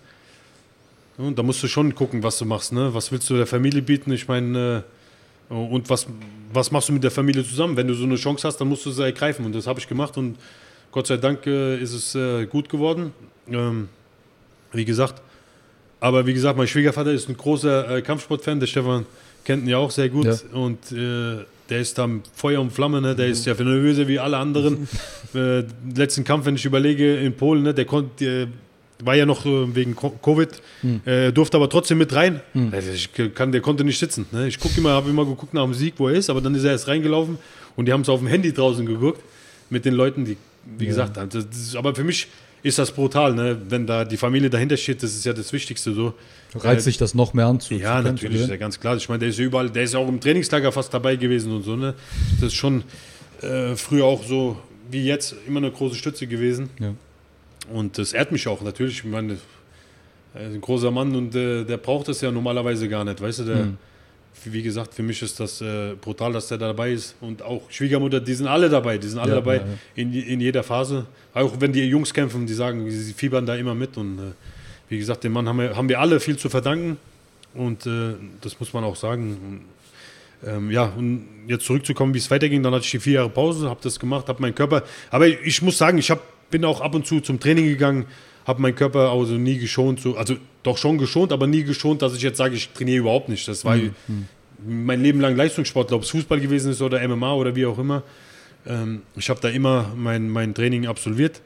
Und da musst du schon gucken, was du machst, ne? Was willst du der Familie bieten? Ich meine, äh, und was, was machst du mit der Familie zusammen? Wenn du so eine Chance hast, dann musst du sie ergreifen. Und das habe ich gemacht und Gott sei Dank äh, ist es äh, gut geworden. Ähm, wie gesagt, aber wie gesagt, mein Schwiegervater ist ein großer äh, Kampfsportfan, der Stefan kennt ihn ja auch sehr gut. Ja. Und äh, der ist da Feuer und Flamme, ne? Der ist ja nervöser wie alle anderen. äh, letzten Kampf, wenn ich überlege, in Polen, ne? Der konnte, äh, war ja noch äh, wegen Co- Covid, Hm. äh, durfte aber trotzdem mit rein. Hm. Also ich kann, der konnte nicht sitzen. Ne? Ich gucke immer, habe immer geguckt nach dem Sieg, wo er ist, aber dann ist er erst reingelaufen und die haben es auf dem Handy draußen geguckt mit den Leuten, die, wie Ja. gesagt, das ist, aber für mich ist das brutal, ne? Wenn da die Familie dahinter steht, das ist ja das Wichtigste so. Reizt Äh, sich das noch mehr an zu Ja, zu natürlich, ist ja kontrollieren? ganz klar. Ich meine, der ist ja überall, der ist ja auch im Trainingslager fast dabei gewesen und so, ne? Das ist schon äh, früher auch so wie jetzt immer eine große Stütze gewesen. Ja. Und das ehrt mich auch natürlich. Ich meine, er ist ein großer Mann und äh, der braucht das ja normalerweise gar nicht, weißt du? Der, Mhm. Wie gesagt, für mich ist das äh, brutal, dass der da dabei ist. Und auch Schwiegermutter, die sind alle dabei. Die sind alle Ja, dabei ja, ja. In, in jeder Phase. Auch wenn die Jungs kämpfen, die sagen, sie fiebern da immer mit. Und äh, wie gesagt, dem Mann haben wir, haben wir alle viel zu verdanken. Und äh, das muss man auch sagen. Und, ähm, ja, und jetzt zurückzukommen, wie es weiterging, dann hatte ich die vier Jahre Pause, habe das gemacht, habe meinen Körper. Aber ich muss sagen, ich hab, bin auch ab und zu zum Training gegangen, habe meinen Körper also nie geschont. So, also doch schon geschont, aber nie geschont, dass ich jetzt sage, ich trainiere überhaupt nicht. Das war Mhm. mein Leben lang Leistungssportler, ob es Fußball gewesen ist oder M M A oder wie auch immer. Ähm, ich habe da immer mein, mein Training absolviert.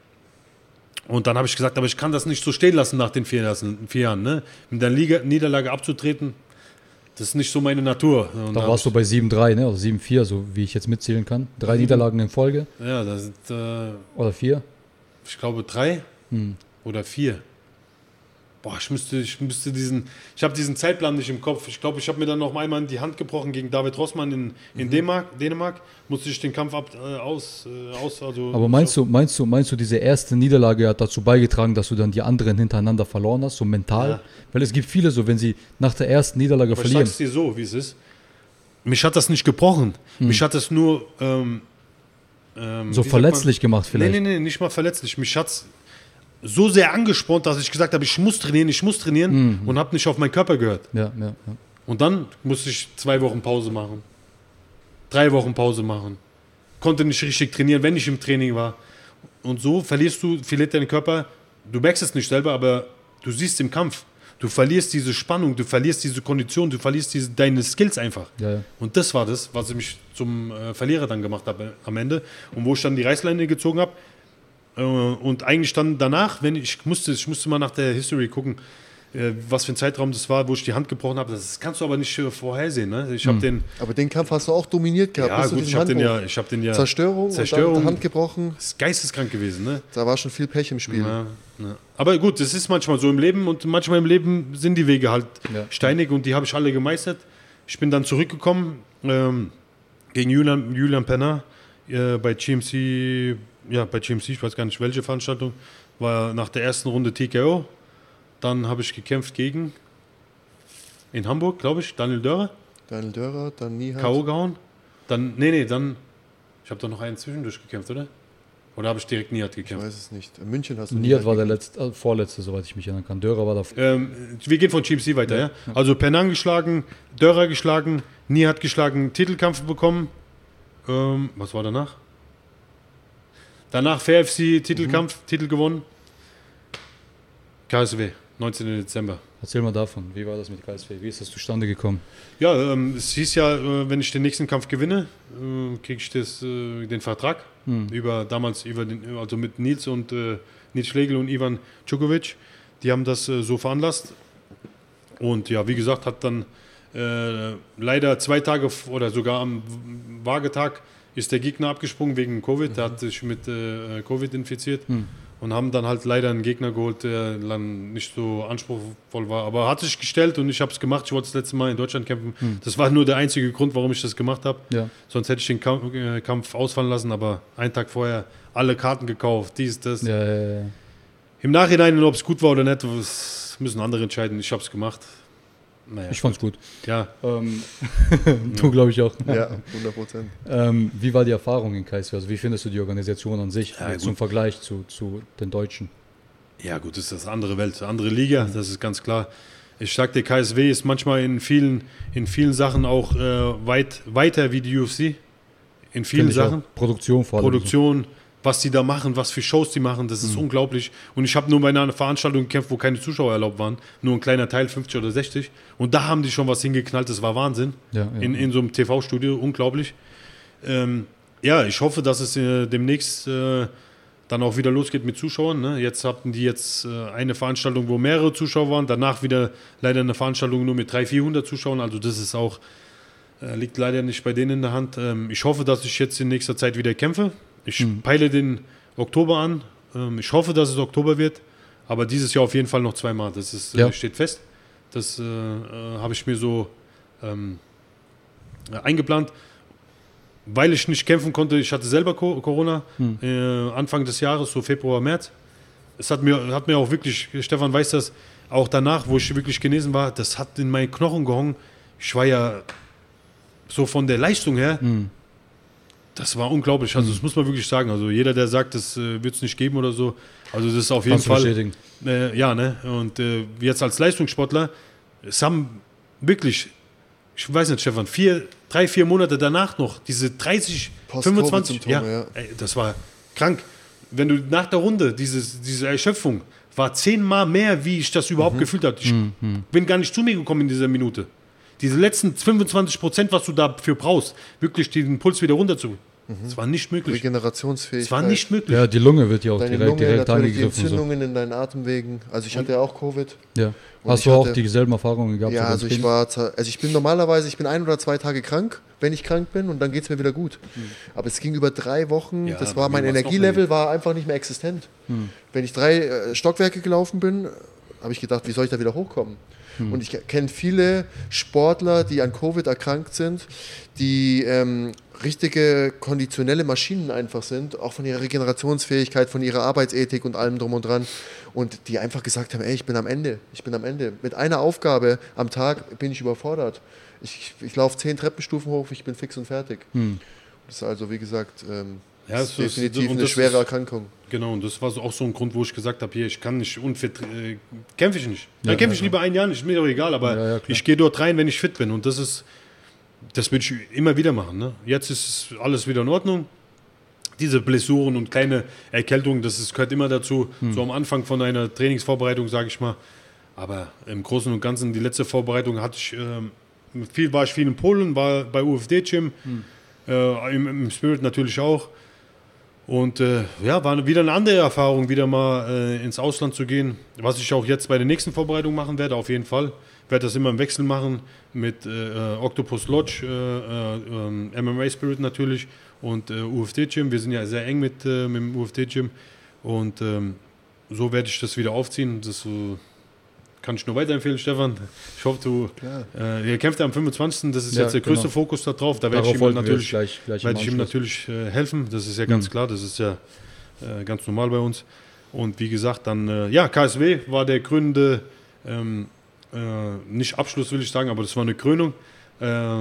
Und dann habe ich gesagt, aber ich kann das nicht so stehen lassen nach den vier, lassen, vier Jahren. Ne? Mit der Liga, Niederlage abzutreten, das ist nicht so meine Natur. Und Da hab warst du bei sieben drei, ne? Oder sieben vier, so wie ich jetzt mitzählen kann. Drei Sieben. Niederlagen in Folge ich, ja, das sind, äh, oder vier. ich glaube, drei Hm. oder vier. Boah, ich müsste, ich müsste diesen, ich habe diesen Zeitplan nicht im Kopf. Ich glaube, ich habe mir dann noch einmal in die Hand gebrochen gegen David Rossmann in, in Dänemark, Dänemark. Musste ich den Kampf ab, äh, aus, äh, aus, also. Aber meinst du, meinst du, meinst du, diese erste Niederlage hat dazu beigetragen, dass du dann die anderen hintereinander verloren hast, so mental? Ja. Weil es gibt viele so, wenn sie nach der ersten Niederlage Aber ich verlieren. sag's dir so, wie es ist. Mich hat das nicht gebrochen. Hm. Mich hat das nur ähm, ähm, So wie sagt verletzlich gemacht man? vielleicht. Nee, nee, nee, nicht mal verletzlich. Mich hat's so sehr angespornt, dass ich gesagt habe, ich muss trainieren, ich muss trainieren Mhm. und habe nicht auf meinen Körper gehört. Ja, ja, ja. Und dann musste ich zwei Wochen Pause machen. Drei Wochen Pause machen. Konnte nicht richtig trainieren, wenn ich im Training war. Und so verlierst du, verliert dein Körper, du merkst es nicht selber, aber du siehst im Kampf. Du verlierst diese Spannung, du verlierst diese Kondition, du verlierst diese, deine Skills einfach. Ja, ja. Und das war das, was ich mich zum äh, Verlierer dann gemacht habe am Ende. Und wo ich dann die Reißleine gezogen habe. Äh, und eigentlich dann danach, wenn ich musste, ich musste mal nach der History gucken, äh, was für ein Zeitraum das war, wo ich die Hand gebrochen habe. Das kannst du aber nicht äh, vorhersehen. Ne? Ich habe Hm. den, Aber den Kampf hast du auch dominiert gehabt. ja bis zu gut, diesem ich habe den Handbruch. ja, ich habe den ja, Zerstörung, Zerstörung. und dann Hand gebrochen. das ist geisteskrank gewesen. Ne? Da war schon viel Pech im Spiel. Ja, ja. Aber gut, das ist manchmal so im Leben und manchmal im Leben sind die Wege halt Ja. steinig und die habe ich alle gemeistert. Ich bin dann zurückgekommen ähm, gegen Julian, Julian Penner äh, bei G M C, ja bei G M C, ich weiß gar nicht welche Veranstaltung, war nach der ersten Runde T K O. Dann habe ich gekämpft gegen in Hamburg, glaube ich, Daniel Dörrer, Daniel Dörrer, dann Nihat. K O gehauen. Dann, nee, nee, dann, ich habe doch noch einen zwischendurch gekämpft, oder? Oder habe ich direkt Nihat Ich gekämpft? weiß es nicht. In München hast du Nihat war der letzte, äh, vorletzte, soweit ich mich erinnern kann. Dörer war da. Ähm, wir gehen von G M C weiter, ja? Also Penang geschlagen, Dörrer geschlagen, Nie hat geschlagen, Titelkampf bekommen. Ähm, was war danach? Danach Fair F C, Titelkampf, mhm. Titel gewonnen. K S W, neunzehnten Dezember. Erzähl mal davon, wie war das mit K S W? Wie ist das zustande gekommen? Ja, ähm, es hieß ja, äh, wenn ich den nächsten Kampf gewinne, äh, kriege ich das, äh, den Vertrag. Hm. Über damals über den, also mit Nils und äh, Nils Schlegel und Ivan Djukovic. Die haben das äh, so veranlasst. Und ja, wie gesagt, hat dann äh, leider zwei Tage oder sogar am Waagetag ist der Gegner abgesprungen wegen Covid. Mhm. Der hat sich mit äh, Covid infiziert. Hm. Und haben dann halt leider einen Gegner geholt, der dann nicht so anspruchsvoll war. Aber hat sich gestellt und ich habe es gemacht. Ich wollte das letzte Mal in Deutschland kämpfen. Hm. Das war nur der einzige Grund, warum ich das gemacht habe. Ja. Sonst hätte ich den Kampf, äh, Kampf ausfallen lassen. Aber einen Tag vorher alle Karten gekauft, dies, das. Ja, ja, ja. Im Nachhinein, ob es gut war oder nicht, das müssen andere entscheiden. Ich habe es gemacht. Naja, ich fand's gut. Ja. Ähm, du, glaube ich, auch. Ja, hundert Prozent. Ähm, wie war die Erfahrung in K S W? Also wie findest du die Organisation an sich ja, zum Vergleich zu, zu den Deutschen? Ja gut, das ist das andere Welt, andere Liga, das ist ganz klar. Ich sag dir, K S W ist manchmal in vielen, in vielen Sachen auch äh, weit, weiter wie die U F C. In vielen Sachen. Auch. Produktion vor allem. Produktion, was die da machen, was für Shows die machen, das ist mhm. unglaublich. Und ich habe nur bei einer Veranstaltung gekämpft, wo keine Zuschauer erlaubt waren. Nur ein kleiner Teil, fünfzig oder sechzig. Und da haben die schon was hingeknallt, das war Wahnsinn. Ja, ja. In, in so einem T V-Studio, unglaublich. Ähm, ja, ich hoffe, dass es äh, demnächst äh, dann auch wieder losgeht mit Zuschauern. Ne? Jetzt hatten die jetzt äh, eine Veranstaltung, wo mehrere Zuschauer waren. Danach wieder leider eine Veranstaltung nur mit dreihundert, vierhundert Zuschauern. Also das ist auch, äh, liegt leider nicht bei denen in der Hand. Ähm, ich hoffe, dass ich jetzt in nächster Zeit wieder kämpfe. Ich hm. peile den Oktober an. Ähm, ich hoffe, dass es Oktober wird. Aber dieses Jahr auf jeden Fall noch zweimal. Das ist, ja. äh, steht fest. Das äh, äh, habe ich mir so ähm, äh, eingeplant. Weil ich nicht kämpfen konnte, ich hatte selber Corona hm. äh, Anfang des Jahres, so Februar, März. Es hat mir, hat mir auch wirklich, Stefan weiß das, auch danach, wo ich wirklich genesen war, das hat in meinen Knochen gehangen. Ich war ja so von der Leistung her, hm. das war unglaublich. Also, das muss man wirklich sagen. Also, jeder, der sagt, das äh, wird es nicht geben oder so, also, das ist auf jeden Kannst Fall. Äh, ja, ne? Und äh, jetzt als Leistungssportler, es haben wirklich, ich weiß nicht, Stefan, vier, drei, vier Monate danach noch, diese dreißig, fünfundzwanzig, ja, ja. Ey, das war krank. Wenn du nach der Runde, dieses, diese Erschöpfung, war zehnmal mehr, wie ich das überhaupt mhm. gefühlt habe. Ich mhm. bin gar nicht zu mir gekommen in dieser Minute. Diese letzten fünfundzwanzig Prozent, was du dafür brauchst, wirklich den Puls wieder runter zu. Mhm. Das war nicht möglich. Regenerationsfähigkeit. Das war nicht möglich. Ja, die Lunge wird ja auch Deine direkt, Lunge, direkt angegriffen. Die Entzündungen so. In deinen Atemwegen. Also ich hatte ja auch Covid. Ja. Hast du auch dieselben Erfahrungen gehabt? Ja, also ich war, also ich bin normalerweise, ich bin ein oder zwei Tage krank, wenn ich krank bin, und dann geht es mir wieder gut. Mhm. Aber es ging über drei Wochen, ja, das war, mein Energielevel war einfach nicht mehr existent. Mhm. Wenn ich drei äh, Stockwerke gelaufen bin, habe ich gedacht, wie soll ich da wieder hochkommen? Mhm. Und ich kenne viele Sportler, die an Covid erkrankt sind, die ähm, richtige konditionelle Maschinen einfach sind, auch von ihrer Regenerationsfähigkeit, von ihrer Arbeitsethik und allem drum und dran, und die einfach gesagt haben, ey, ich bin am Ende, ich bin am Ende. Mit einer Aufgabe am Tag bin ich überfordert. Ich, ich, ich laufe zehn Treppenstufen hoch, ich bin fix und fertig. Hm. Das ist also, wie gesagt, ähm, ja, das ist definitiv ist, eine schwere ist, Erkrankung. Genau, und das war so auch so ein Grund, wo ich gesagt habe, hier, ich kann nicht unfit, äh, kämpfe ich nicht. Dann ja, kämpfe ich lieber ein Jahr nicht, ist mir doch egal, aber ja, ja, ich gehe dort rein, wenn ich fit bin, und das ist, das will ich immer wieder machen. Ne? Jetzt ist alles wieder in Ordnung. Diese Blessuren und kleine Erkältungen, das ist, gehört immer dazu. Hm. So am Anfang von einer Trainingsvorbereitung, sage ich mal. Aber im Großen und Ganzen, die letzte Vorbereitung hatte ich, äh, viel, war ich viel in Polen, war bei U F D-Gym, hm. äh, im, im Spirit natürlich auch. Und äh, ja, war wieder eine andere Erfahrung, wieder mal äh, ins Ausland zu gehen. Was ich auch jetzt bei der nächsten Vorbereitung machen werde, auf jeden Fall. Ich werde das immer im Wechsel machen mit äh, Octopus Lodge, äh, äh, M M A Spirit natürlich und äh, U F D-Gym. Wir sind ja sehr eng mit, äh, mit dem U F D-Gym, und ähm, so werde ich das wieder aufziehen. Das äh, kann ich nur weiterempfehlen, Stefan. Ich hoffe, du äh, ihr kämpft ja am fünfundzwanzigsten Das ist ja, jetzt der größte genau. Fokus da drauf. Da werde ich ihm natürlich, gleich, gleich werde ich ihm natürlich äh, helfen. Das ist ja ganz mhm. klar. Das ist ja äh, ganz normal bei uns. Und wie gesagt, dann, äh, ja, K S W war der gründende, ähm, äh, nicht Abschluss will ich sagen, aber das war eine Krönung. Äh,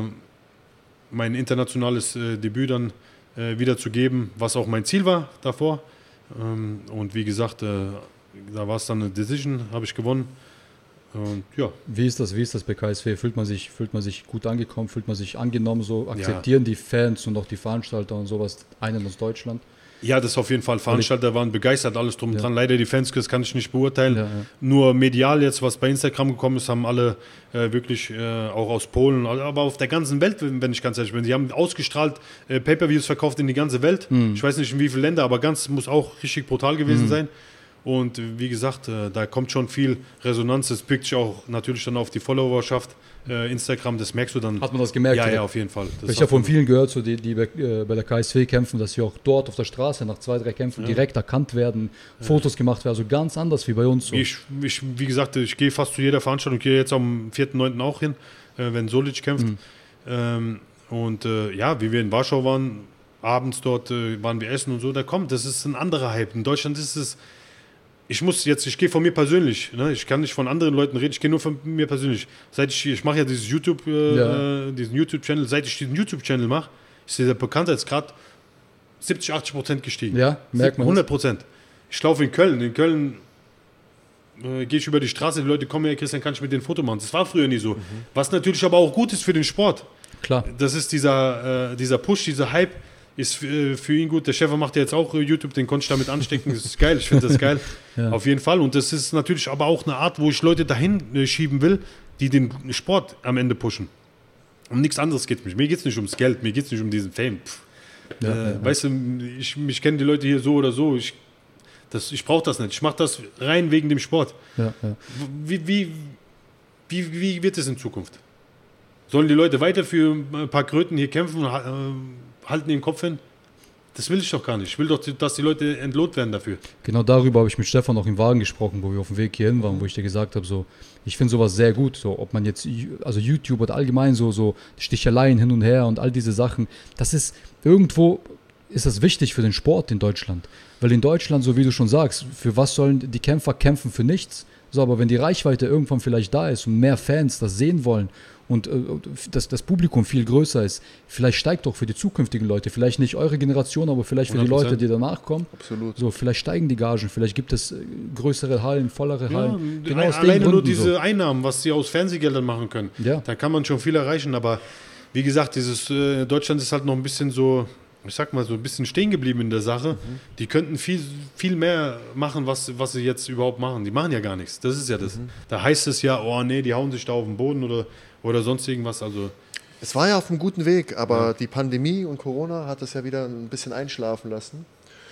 mein internationales äh, Debüt dann äh, wieder zu geben, was auch mein Ziel war davor. Ähm, und wie gesagt, äh, da war es dann eine Decision, habe ich gewonnen. Und ja. Wie ist das, wie ist das bei K S V? Fühlt man sich, fühlt man sich gut angekommen, fühlt man sich angenommen, so akzeptieren ja. die Fans und auch die Veranstalter und sowas einen aus Deutschland? Ja, das auf jeden Fall. Veranstalter waren begeistert, alles drum und ja. dran. Leider die Fans, das kann ich nicht beurteilen. Ja, ja. Nur medial jetzt, was bei Instagram gekommen ist, haben alle äh, wirklich äh, auch aus Polen, aber auf der ganzen Welt, wenn ich ganz ehrlich bin. Die haben ausgestrahlt, äh, Pay-Per-Views verkauft in die ganze Welt. Mhm. Ich weiß nicht in wie viele Länder, aber ganz muss auch richtig brutal gewesen mhm. sein. Und wie gesagt, äh, da kommt schon viel Resonanz. Das pickt sich auch natürlich dann auf die Followerschaft. Äh, Instagram, das merkst du dann. Hat man das gemerkt? Ja, oder? ja, auf jeden Fall. Das ich habe von vielen gehört, so die, die bei, äh, bei der K S V kämpfen, dass sie auch dort auf der Straße nach zwei, drei Kämpfen ja. direkt erkannt werden, ja. Fotos gemacht werden, also ganz anders wie bei uns. So. Ich, ich, wie gesagt, ich gehe fast zu jeder Veranstaltung, ich gehe jetzt am vierten neunten auch hin, äh, wenn Solic kämpft. Mhm. Ähm, und äh, ja, wie wir in Warschau waren, abends dort äh, waren wir essen und so, da kommt, das ist ein anderer Hype. In Deutschland ist es, ich muss jetzt, ich gehe von mir persönlich, ne? Ich kann nicht von anderen Leuten reden, ich gehe nur von mir persönlich. Seit ich, ich mache ja dieses YouTube, äh, ja. diesen YouTube-Channel, seit ich diesen YouTube-Channel mache, ist der Bekanntheitsgrad siebzig, achtzig Prozent gestiegen. Ja, merkt man. hundert Prozent. Ich laufe in Köln, in Köln äh, gehe ich über die Straße, die Leute kommen her, Christian, kann ich mit denen ein Foto machen? Das war früher nie so. Mhm. Was natürlich aber auch gut ist für den Sport. Klar. Das ist dieser, äh, dieser Push, dieser Hype, ist für, für ihn gut. Der Chef macht ja jetzt auch YouTube, den konnte ich damit anstecken. Das ist geil, ich finde das geil. Ja. Auf jeden Fall. Und das ist natürlich aber auch eine Art, wo ich Leute dahin äh, schieben will, die den Sport am Ende pushen. Um nichts anderes geht es mich. Mir geht es nicht ums Geld, mir geht es nicht um diesen Fame. Ja, äh, ja. Weißt du, ich, mich kennen die Leute hier so oder so. Ich, das, ich brauche das nicht. Ich mache das rein wegen dem Sport. Ja, ja. Wie, wie, wie, wie wird es in Zukunft? Sollen die Leute weiter für ein paar Kröten hier kämpfen? Äh, halten den Kopf hin? Das will ich doch gar nicht. Ich will doch, dass die Leute entlohnt werden dafür. Genau darüber habe ich mit Stefan auch im Wagen gesprochen, wo wir auf dem Weg hierhin waren, wo ich dir gesagt habe, so, ich finde sowas sehr gut, so, ob man jetzt, also YouTube oder allgemein so, so Sticheleien hin und her und all diese Sachen, das ist, irgendwo ist das wichtig für den Sport in Deutschland. Weil in Deutschland, so wie du schon sagst, für was sollen die Kämpfer kämpfen? Für nichts. So, aber wenn die Reichweite irgendwann vielleicht da ist und mehr Fans das sehen wollen und äh, dass das Publikum viel größer ist, vielleicht steigt doch für die zukünftigen Leute, vielleicht nicht eure Generation, aber vielleicht für hundert Prozent die Leute, die danach kommen. Absolut. So, vielleicht steigen die Gagen, vielleicht gibt es größere Hallen, vollere Hallen. Ja, genau aus alleine nur diese so. Einnahmen, was sie aus Fernsehgeldern machen können. Ja. Da kann man schon viel erreichen, aber wie gesagt, dieses äh, Deutschland ist halt noch ein bisschen so, ich sag mal so ein bisschen stehen geblieben in der Sache. Mhm. Die könnten viel, viel mehr machen, was, was sie jetzt überhaupt machen. Die machen ja gar nichts. Das ist ja das. Mhm. Da heißt es ja, oh nee, die hauen sich da auf den Boden oder, oder sonst irgendwas. Also es war ja auf einem guten Weg, aber ja. die Pandemie und Corona hat es ja wieder ein bisschen einschlafen lassen.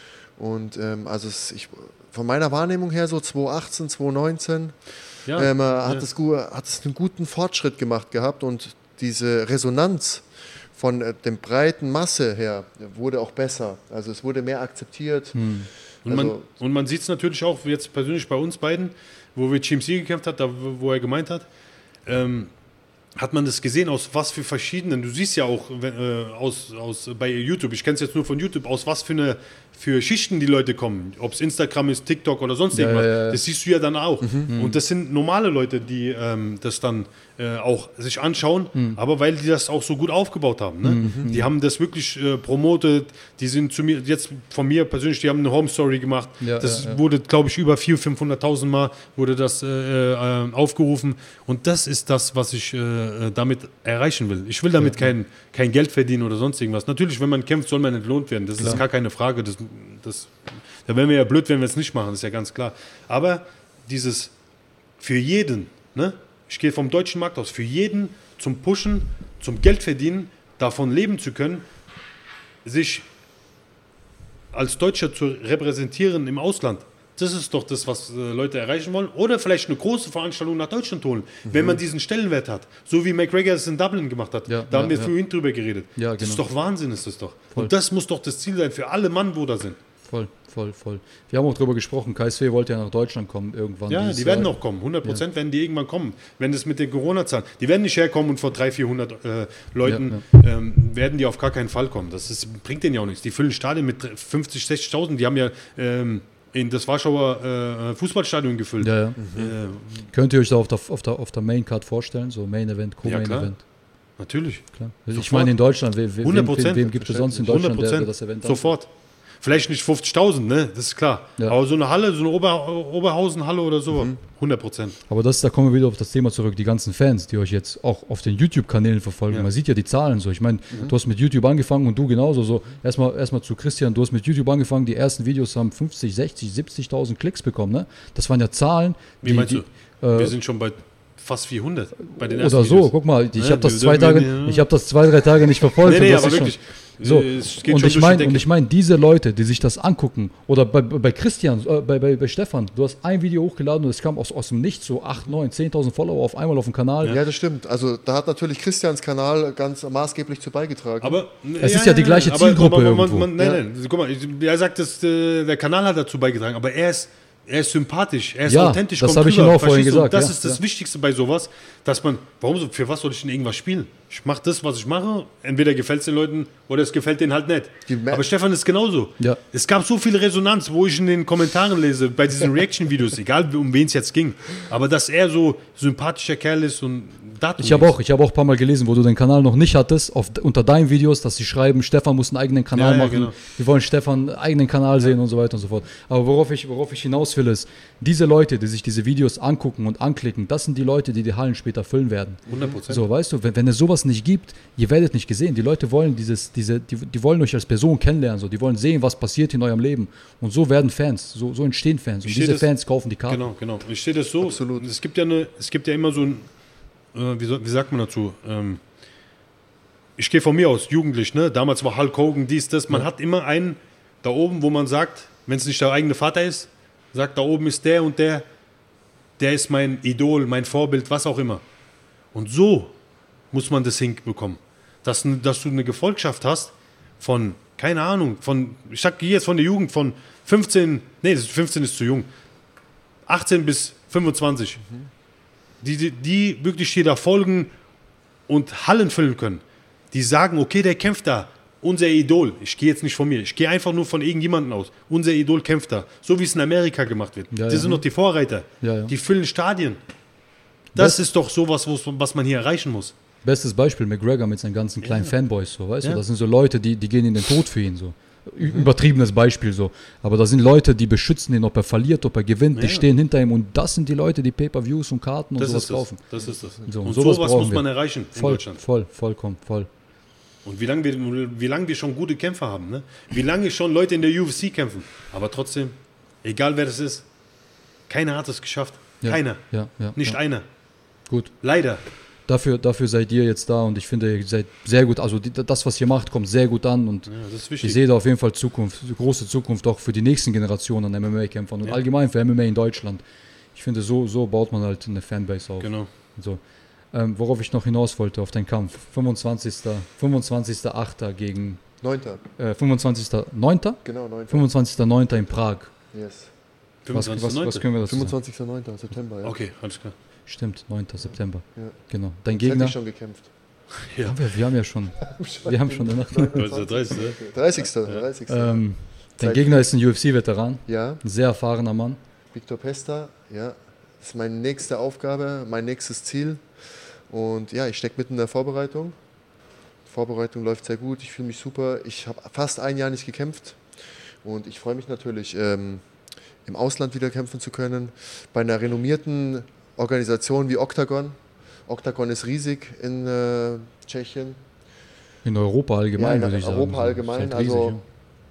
Und ähm, also es, ich, von meiner Wahrnehmung her so zwanzig achtzehn, zwanzig neunzehn ja. ähm, hat, ja. es, hat es einen guten Fortschritt gemacht gehabt und diese Resonanz von der breiten Masse her wurde auch besser. Also es wurde mehr akzeptiert. Hm. Und, also man, und man sieht es natürlich auch jetzt persönlich bei uns beiden, wo wir G M C gekämpft hat, da, wo er gemeint hat, ähm, hat man das gesehen, aus was für verschiedenen, du siehst ja auch äh, aus, aus, bei YouTube, ich kenne es jetzt nur von YouTube, aus was für eine für Schichten die Leute kommen, ob es Instagram ist, TikTok oder sonst ja, irgendwas, ja, ja. das siehst du ja dann auch. Mhm. Und das sind normale Leute, die ähm, das dann äh, auch sich anschauen, mhm. aber weil die das auch so gut aufgebaut haben. Ne? Mhm. Die haben das wirklich äh, promotet, die sind zu mir, jetzt von mir persönlich, die haben eine Home Story gemacht, ja, das ja, ja. wurde, glaube ich, über vierhunderttausend, fünfhunderttausend Mal wurde das äh, äh, aufgerufen und das ist das, was ich äh, damit erreichen will. Ich will damit ja, kein, kein Geld verdienen oder sonst irgendwas. Natürlich, wenn man kämpft, soll man entlohnt werden, das klar. ist gar keine Frage, das Das, da wären wir ja blöd, wenn wir es nicht machen, das ist ja ganz klar. Aber dieses für jeden, ne? Ich gehe vom deutschen Markt aus, für jeden zum Pushen, zum Geld verdienen, davon leben zu können, sich als Deutscher zu repräsentieren im Ausland. Das ist doch das, was äh, Leute erreichen wollen. Oder vielleicht eine große Veranstaltung nach Deutschland holen, mhm. wenn man diesen Stellenwert hat. So wie McGregor es in Dublin gemacht hat. Ja, da ja, haben wir ja. vorhin drüber geredet. Ja, genau. Das ist doch Wahnsinn, ist das doch. Voll. Und das muss doch das Ziel sein für alle Mann, wo da sind. Voll, voll, voll. Wir haben auch darüber gesprochen, K S V wollte ja nach Deutschland kommen irgendwann. Ja, die werden noch kommen, hundert Prozent ja. werden die irgendwann kommen. Wenn das mit den Corona-Zahlen, die werden nicht herkommen und vor dreihundert, vierhundert äh, Leuten ja, ja. Ähm, werden die auf gar keinen Fall kommen. Das ist, bringt denen ja auch nichts. Die füllen Stadien mit fünfzig, sechzigtausend, die haben ja ähm, in das Warschauer äh, Fußballstadion gefüllt. Ja, ja. Mhm. Äh, Könnt ihr euch da auf der, auf der, auf der Main-Card vorstellen, so Main-Event, Co-Main-Event? Ja, natürlich. Klar. Also ich meine in Deutschland, we, we, hundert Prozent. Wem, wem gibt es sonst in Deutschland, der, der das Event sofort. Vielleicht nicht fünfzigtausend, ne? Das ist klar. Ja. Aber so eine Halle, so eine Ober Oberhausen-Halle oder so, Mhm. hundert Prozent. Aber das, da kommen wir wieder auf das Thema zurück, die ganzen Fans, die euch jetzt auch auf den YouTube-Kanälen verfolgen. Ja. Man sieht ja die Zahlen so. Ich meine, du hast mit YouTube angefangen und du genauso. So. Erstmal, erstmal zu Christian, du hast mit YouTube angefangen, die ersten Videos haben fünfzig, sechzig, siebzigtausend Klicks bekommen. Ne? Das waren ja Zahlen, Wie die, meinst die, du? äh, Wir sind schon bei fast vierhundert bei den ersten oder so, Videos. guck mal, ich Ja, habe das wir zwei dürfen- Tage, ja. ich habe das zwei, drei Tage nicht verfolgt. Nee, und nee, das aber ist schon- wirklich. So, Es geht und schon ich durch die meine, Decke. und ich meine, diese Leute, die sich das angucken, oder bei, bei Christian, äh, bei, bei, bei Stefan, du hast ein Video hochgeladen und es kam aus, aus dem Nichts, so acht, neun, zehntausend Follower auf einmal auf dem Kanal. Ja, das stimmt. Also da hat natürlich Christians Kanal ganz maßgeblich zu beigetragen. Aber Es ist ja die gleiche Zielgruppe aber, man, irgendwo. Man, nein, Ja. nein, guck mal, ich- er sagt, dass, äh, der Kanal hat dazu beigetragen, aber er ist, er ist sympathisch, er ist Ja, authentisch. das kommt habe ich rüber, ihm auch vorhin verstehst du? gesagt, Das ja, ist das ja. Wichtigste bei sowas, dass man, warum so, für was soll ich denn irgendwas spielen? Ich mache das, was ich mache, entweder gefällt es den Leuten oder es gefällt denen halt nicht. Die mer- Aber Stefan ist genauso. Ja. Es gab so viel Resonanz, wo ich in den Kommentaren lese, bei diesen Reaction-Videos, egal um wen es jetzt ging, aber dass er so sympathischer Kerl ist und Daten. Ich habe auch, ich habe auch ein paar Mal gelesen, wo du den Kanal noch nicht hattest, auf, unter deinen Videos, dass sie schreiben, Stefan muss einen eigenen Kanal Ja, ja, machen, genau. wir wollen Stefan einen eigenen Kanal sehen und so weiter und so fort. Aber worauf ich, worauf ich hinaus will, ist, diese Leute, die sich diese Videos angucken und anklicken, das sind die Leute, die die Hallen später füllen werden. hundert Prozent. So, weißt du, wenn, wenn es sowas nicht gibt, ihr werdet nicht gesehen. Die Leute wollen dieses, diese, die, die wollen euch als Person kennenlernen, so. Die wollen sehen, was passiert in eurem Leben. Und so werden Fans, so, so entstehen Fans. Und Ich sehe diese das- Fans kaufen die Karten. Genau, genau. Ich sehe das so. Absolut. Es gibt ja eine, es gibt ja immer so ein, äh, wie, soll, wie sagt man dazu? Ähm, ich gehe von mir aus, jugendlich, ne? Damals war Hulk Hogan, dies, das. Man hat immer einen da oben, wo man sagt, wenn es nicht der eigene Vater ist, sagt, da oben ist der und der, der ist mein Idol, mein Vorbild, was auch immer. Und so muss man das hinbekommen. Dass, dass du eine Gefolgschaft hast von, keine Ahnung, von, ich sag jetzt von der Jugend, von fünfzehn, nee, das fünfzehn ist zu jung, achtzehn bis fünfundzwanzig, die, die, die wirklich dir da folgen und Hallen füllen können. Die sagen, okay, der kämpft da, unser Idol, ich gehe jetzt nicht von mir, ich gehe einfach nur von irgendjemandem aus, unser Idol kämpft da, so wie es in Amerika gemacht wird. Ja, das ja. sind doch die Vorreiter, Ja, ja. die füllen Stadien. Das Das- ist doch sowas, was, was man hier erreichen muss. Bestes Beispiel, McGregor mit seinen ganzen kleinen Fanboys, so, weißt Ja. du? Das sind so Leute, die, die gehen in den Tod für ihn, so. Ü- Übertriebenes Beispiel, so. Aber da sind Leute, die beschützen ihn, ob er verliert, ob er gewinnt, die Ja. stehen hinter ihm und das sind die Leute, die Pay-Per-Views und Karten und Das sowas ist das. kaufen. Das ist das. So, und sowas sowas brauchen muss wir. man erreichen in Voll, Deutschland. voll, vollkommen, voll. Und wie lange wir, wie lange wir schon gute Kämpfer haben, ne? Wie lange schon Leute in der U F C kämpfen. Aber trotzdem, egal wer das ist, keiner hat es geschafft. Ja. Keiner. Ja, ja. Nicht ja. einer. Gut. Leider. Dafür, dafür seid ihr jetzt da und ich finde, ihr seid sehr gut. Also die, das, was ihr macht, kommt sehr gut an und Ja, das ist ich wichtig. sehe da auf jeden Fall Zukunft, große Zukunft auch für die nächsten Generationen an M M A-Kämpfern und Ja. allgemein für M M A in Deutschland. Ich finde, so, so baut man halt eine Fanbase auf. Genau. So. Ähm, worauf ich noch hinaus wollte, auf den Kampf. fünfundzwanzigster fünfundzwanzigster achter gegen Neunter. äh, fünfundzwanzigster neunter Genau, neunter. fünfundzwanzigster neunter in Prag. Yes. Was, was, was fünfundzwanzigster können wir dazu sagen? fünfundzwanzigster neunter September, ja. Okay, alles klar. Stimmt, neunter September. Ja. Genau. Dein Jetzt hätte Gegner. ich schon gekämpft. Ja. Haben wir, wir haben ja schon. Wir haben schon danach. dreißig, ne? dreißigster dreißigster Ähm, dein Seit- Gegner ist ein U F C-Veteran, Ja, ein sehr erfahrener Mann. Victor Pesta, ja. Das ist meine nächste Aufgabe, mein nächstes Ziel. Und ja, ich stecke mitten in der Vorbereitung. Die Vorbereitung läuft sehr gut, ich fühle mich super. Ich habe fast ein Jahr nicht gekämpft. Und ich freue mich natürlich, ähm, im Ausland wieder kämpfen zu können. Bei einer renommierten Organisation wie Octagon. Octagon ist riesig in äh, Tschechien. In Europa allgemein, Ja, in würde ich sagen. Europa So, allgemein, ist halt riesig, also- ja.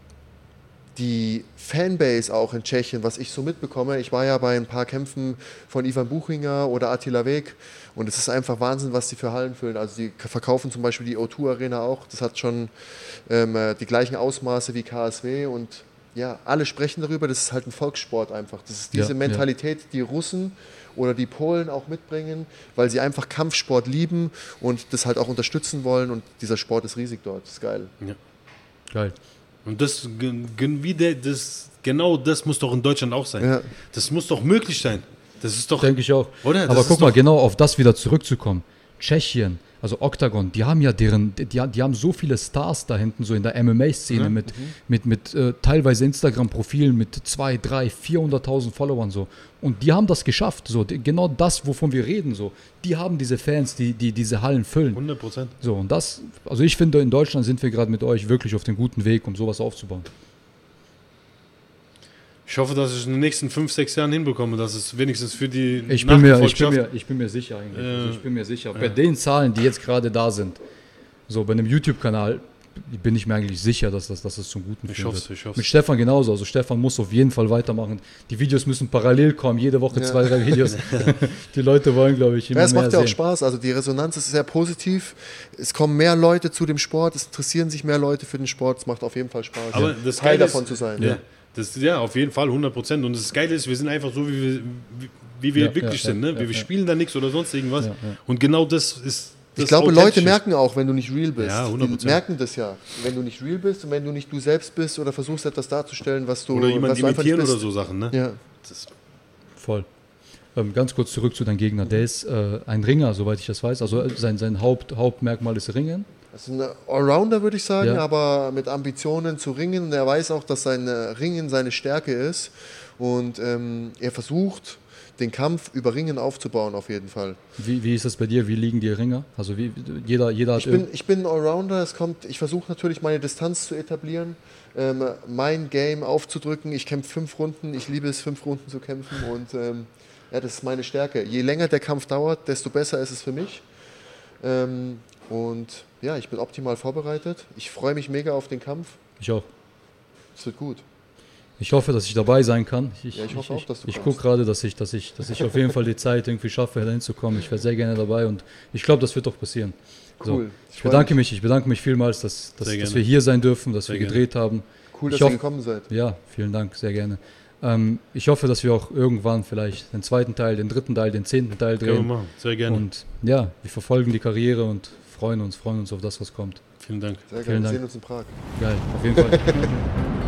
Die Fanbase auch in Tschechien, was ich so mitbekomme, ich war ja bei ein paar Kämpfen von Ivan Buchinger oder Attila Weg und es ist einfach Wahnsinn, was die für Hallen füllen. Also die verkaufen zum Beispiel die O zwei Arena auch, das hat schon ähm, äh, die gleichen Ausmaße wie K S W und ja, alle sprechen darüber, das ist halt ein Volkssport einfach. Das ist diese Ja, Mentalität, die Russen oder die Polen auch mitbringen, weil sie einfach Kampfsport lieben und das halt auch unterstützen wollen und dieser Sport ist riesig dort, das ist geil. Geil. Und das, gen- gen- wie der, das, genau das muss doch in Deutschland auch sein. Ja. Das muss doch möglich sein. Das ist doch. Denke ich auch. Oder? Das Aber ist guck mal, doch- genau auf das wieder zurückzukommen. Tschechien, also Octagon, die haben ja deren, die, die haben so viele Stars da hinten, so in der M M A-Szene Ja. mit, mit, mit äh, teilweise Instagram-Profilen mit zwei, drei, vierhunderttausend Followern so. Und die haben das geschafft, so. Die, genau das, wovon wir reden, so. Die haben diese Fans, die, die diese Hallen füllen. hundert Prozent. So, und das, also ich finde, in Deutschland sind wir gerade mit euch wirklich auf dem guten Weg, um sowas aufzubauen. Ich hoffe, dass ich es in den nächsten fünf, sechs Jahren hinbekomme, dass es wenigstens für die Ich bin, mir, ich, bin Nachfolgschaft- mir, ich bin mir sicher eigentlich. Äh, also ich bin mir sicher. ja. Bei den Zahlen, die jetzt gerade da sind, so bei einem YouTube-Kanal, bin ich mir eigentlich sicher, dass das, dass das zum Guten Ich führen hoff's, wird. ich hoff's. Mit Stefan genauso. Also Stefan muss auf jeden Fall weitermachen. Die Videos müssen parallel kommen, jede Woche Ja. zwei, drei Videos. Die Leute wollen, glaube ich, immer Ja, es mehr macht ja auch sehen. Spaß. Also die Resonanz ist sehr positiv. Es kommen mehr Leute zu dem Sport, es interessieren sich mehr Leute für den Sport. Es macht auf jeden Fall Spaß, Aber das Teil Geile ist- davon zu sein. Ja, das, ja, auf jeden Fall, hundert Prozent. Und das Geile ist, wir sind einfach so, wie wir, wie, wie wir Ja, wirklich ja, sind. Ne? ja, wir wir ja. spielen da nichts oder sonst irgendwas. Ja, ja. Und genau das ist das Ich glaube, Authentische. Leute merken auch, wenn du nicht real bist. Ja, hundert Die Prozent. merken das ja, wenn du nicht real bist und wenn du nicht du selbst bist oder versuchst, etwas darzustellen, was du, Oder was jemanden du einfach nicht imitieren bist. oder so Sachen. Ne? Ja. Das, Voll. Ähm, ganz kurz zurück zu deinem Gegner. Der ist äh, ein Ringer, soweit ich das weiß. Also äh, sein, sein Haupt, Hauptmerkmal ist Ringen. Das ist ein Allrounder, würde ich sagen, Ja. aber mit Ambitionen zu ringen. Und er weiß auch, dass sein äh, Ringen seine Stärke ist. Und ähm, er versucht, den Kampf über Ringen aufzubauen, auf jeden Fall. Wie, wie ist das bei dir? Wie liegen die Ringer? Also wie, jeder, jeder hat Ich bin, ich bin ein Allrounder. Es kommt, ich versuche natürlich, meine Distanz zu etablieren, ähm, mein Game aufzudrücken. Ich kämpfe fünf Runden. Ich liebe es, fünf Runden zu kämpfen. Und ähm, ja, das ist meine Stärke. Je länger der Kampf dauert, desto besser ist es für mich. Ähm, und ja, ich bin optimal vorbereitet. Ich freue mich mega auf den Kampf. ich auch. Es wird gut. Ich hoffe, dass ich dabei sein kann. Ich, Ja, ich hoffe auch, dass du Ich kommst. gucke gerade, dass ich, dass, ich, dass ich auf jeden Fall die Zeit irgendwie schaffe, da hinzukommen. Ich wäre sehr gerne dabei und ich glaube, das wird doch passieren. So, Cool. ich freu bedanke mich, ich bedanke mich vielmals, dass, dass, Sehr dass gerne. wir hier sein dürfen, dass Sehr wir gerne. gedreht haben. Cool, dass Ich ihr hoffe- gekommen seid. Ja, vielen Dank, sehr gerne. Ähm, ich hoffe, dass wir auch irgendwann vielleicht den zweiten Teil, den dritten Teil, den zehnten Teil können wir drehen. machen. Sehr gerne. Und ja, wir verfolgen die Karriere und freuen uns, freuen uns auf das, was kommt. Vielen Dank. Sehr Vielen gerne. Wir Dank. sehen uns in Prag. Geil, auf jeden Fall.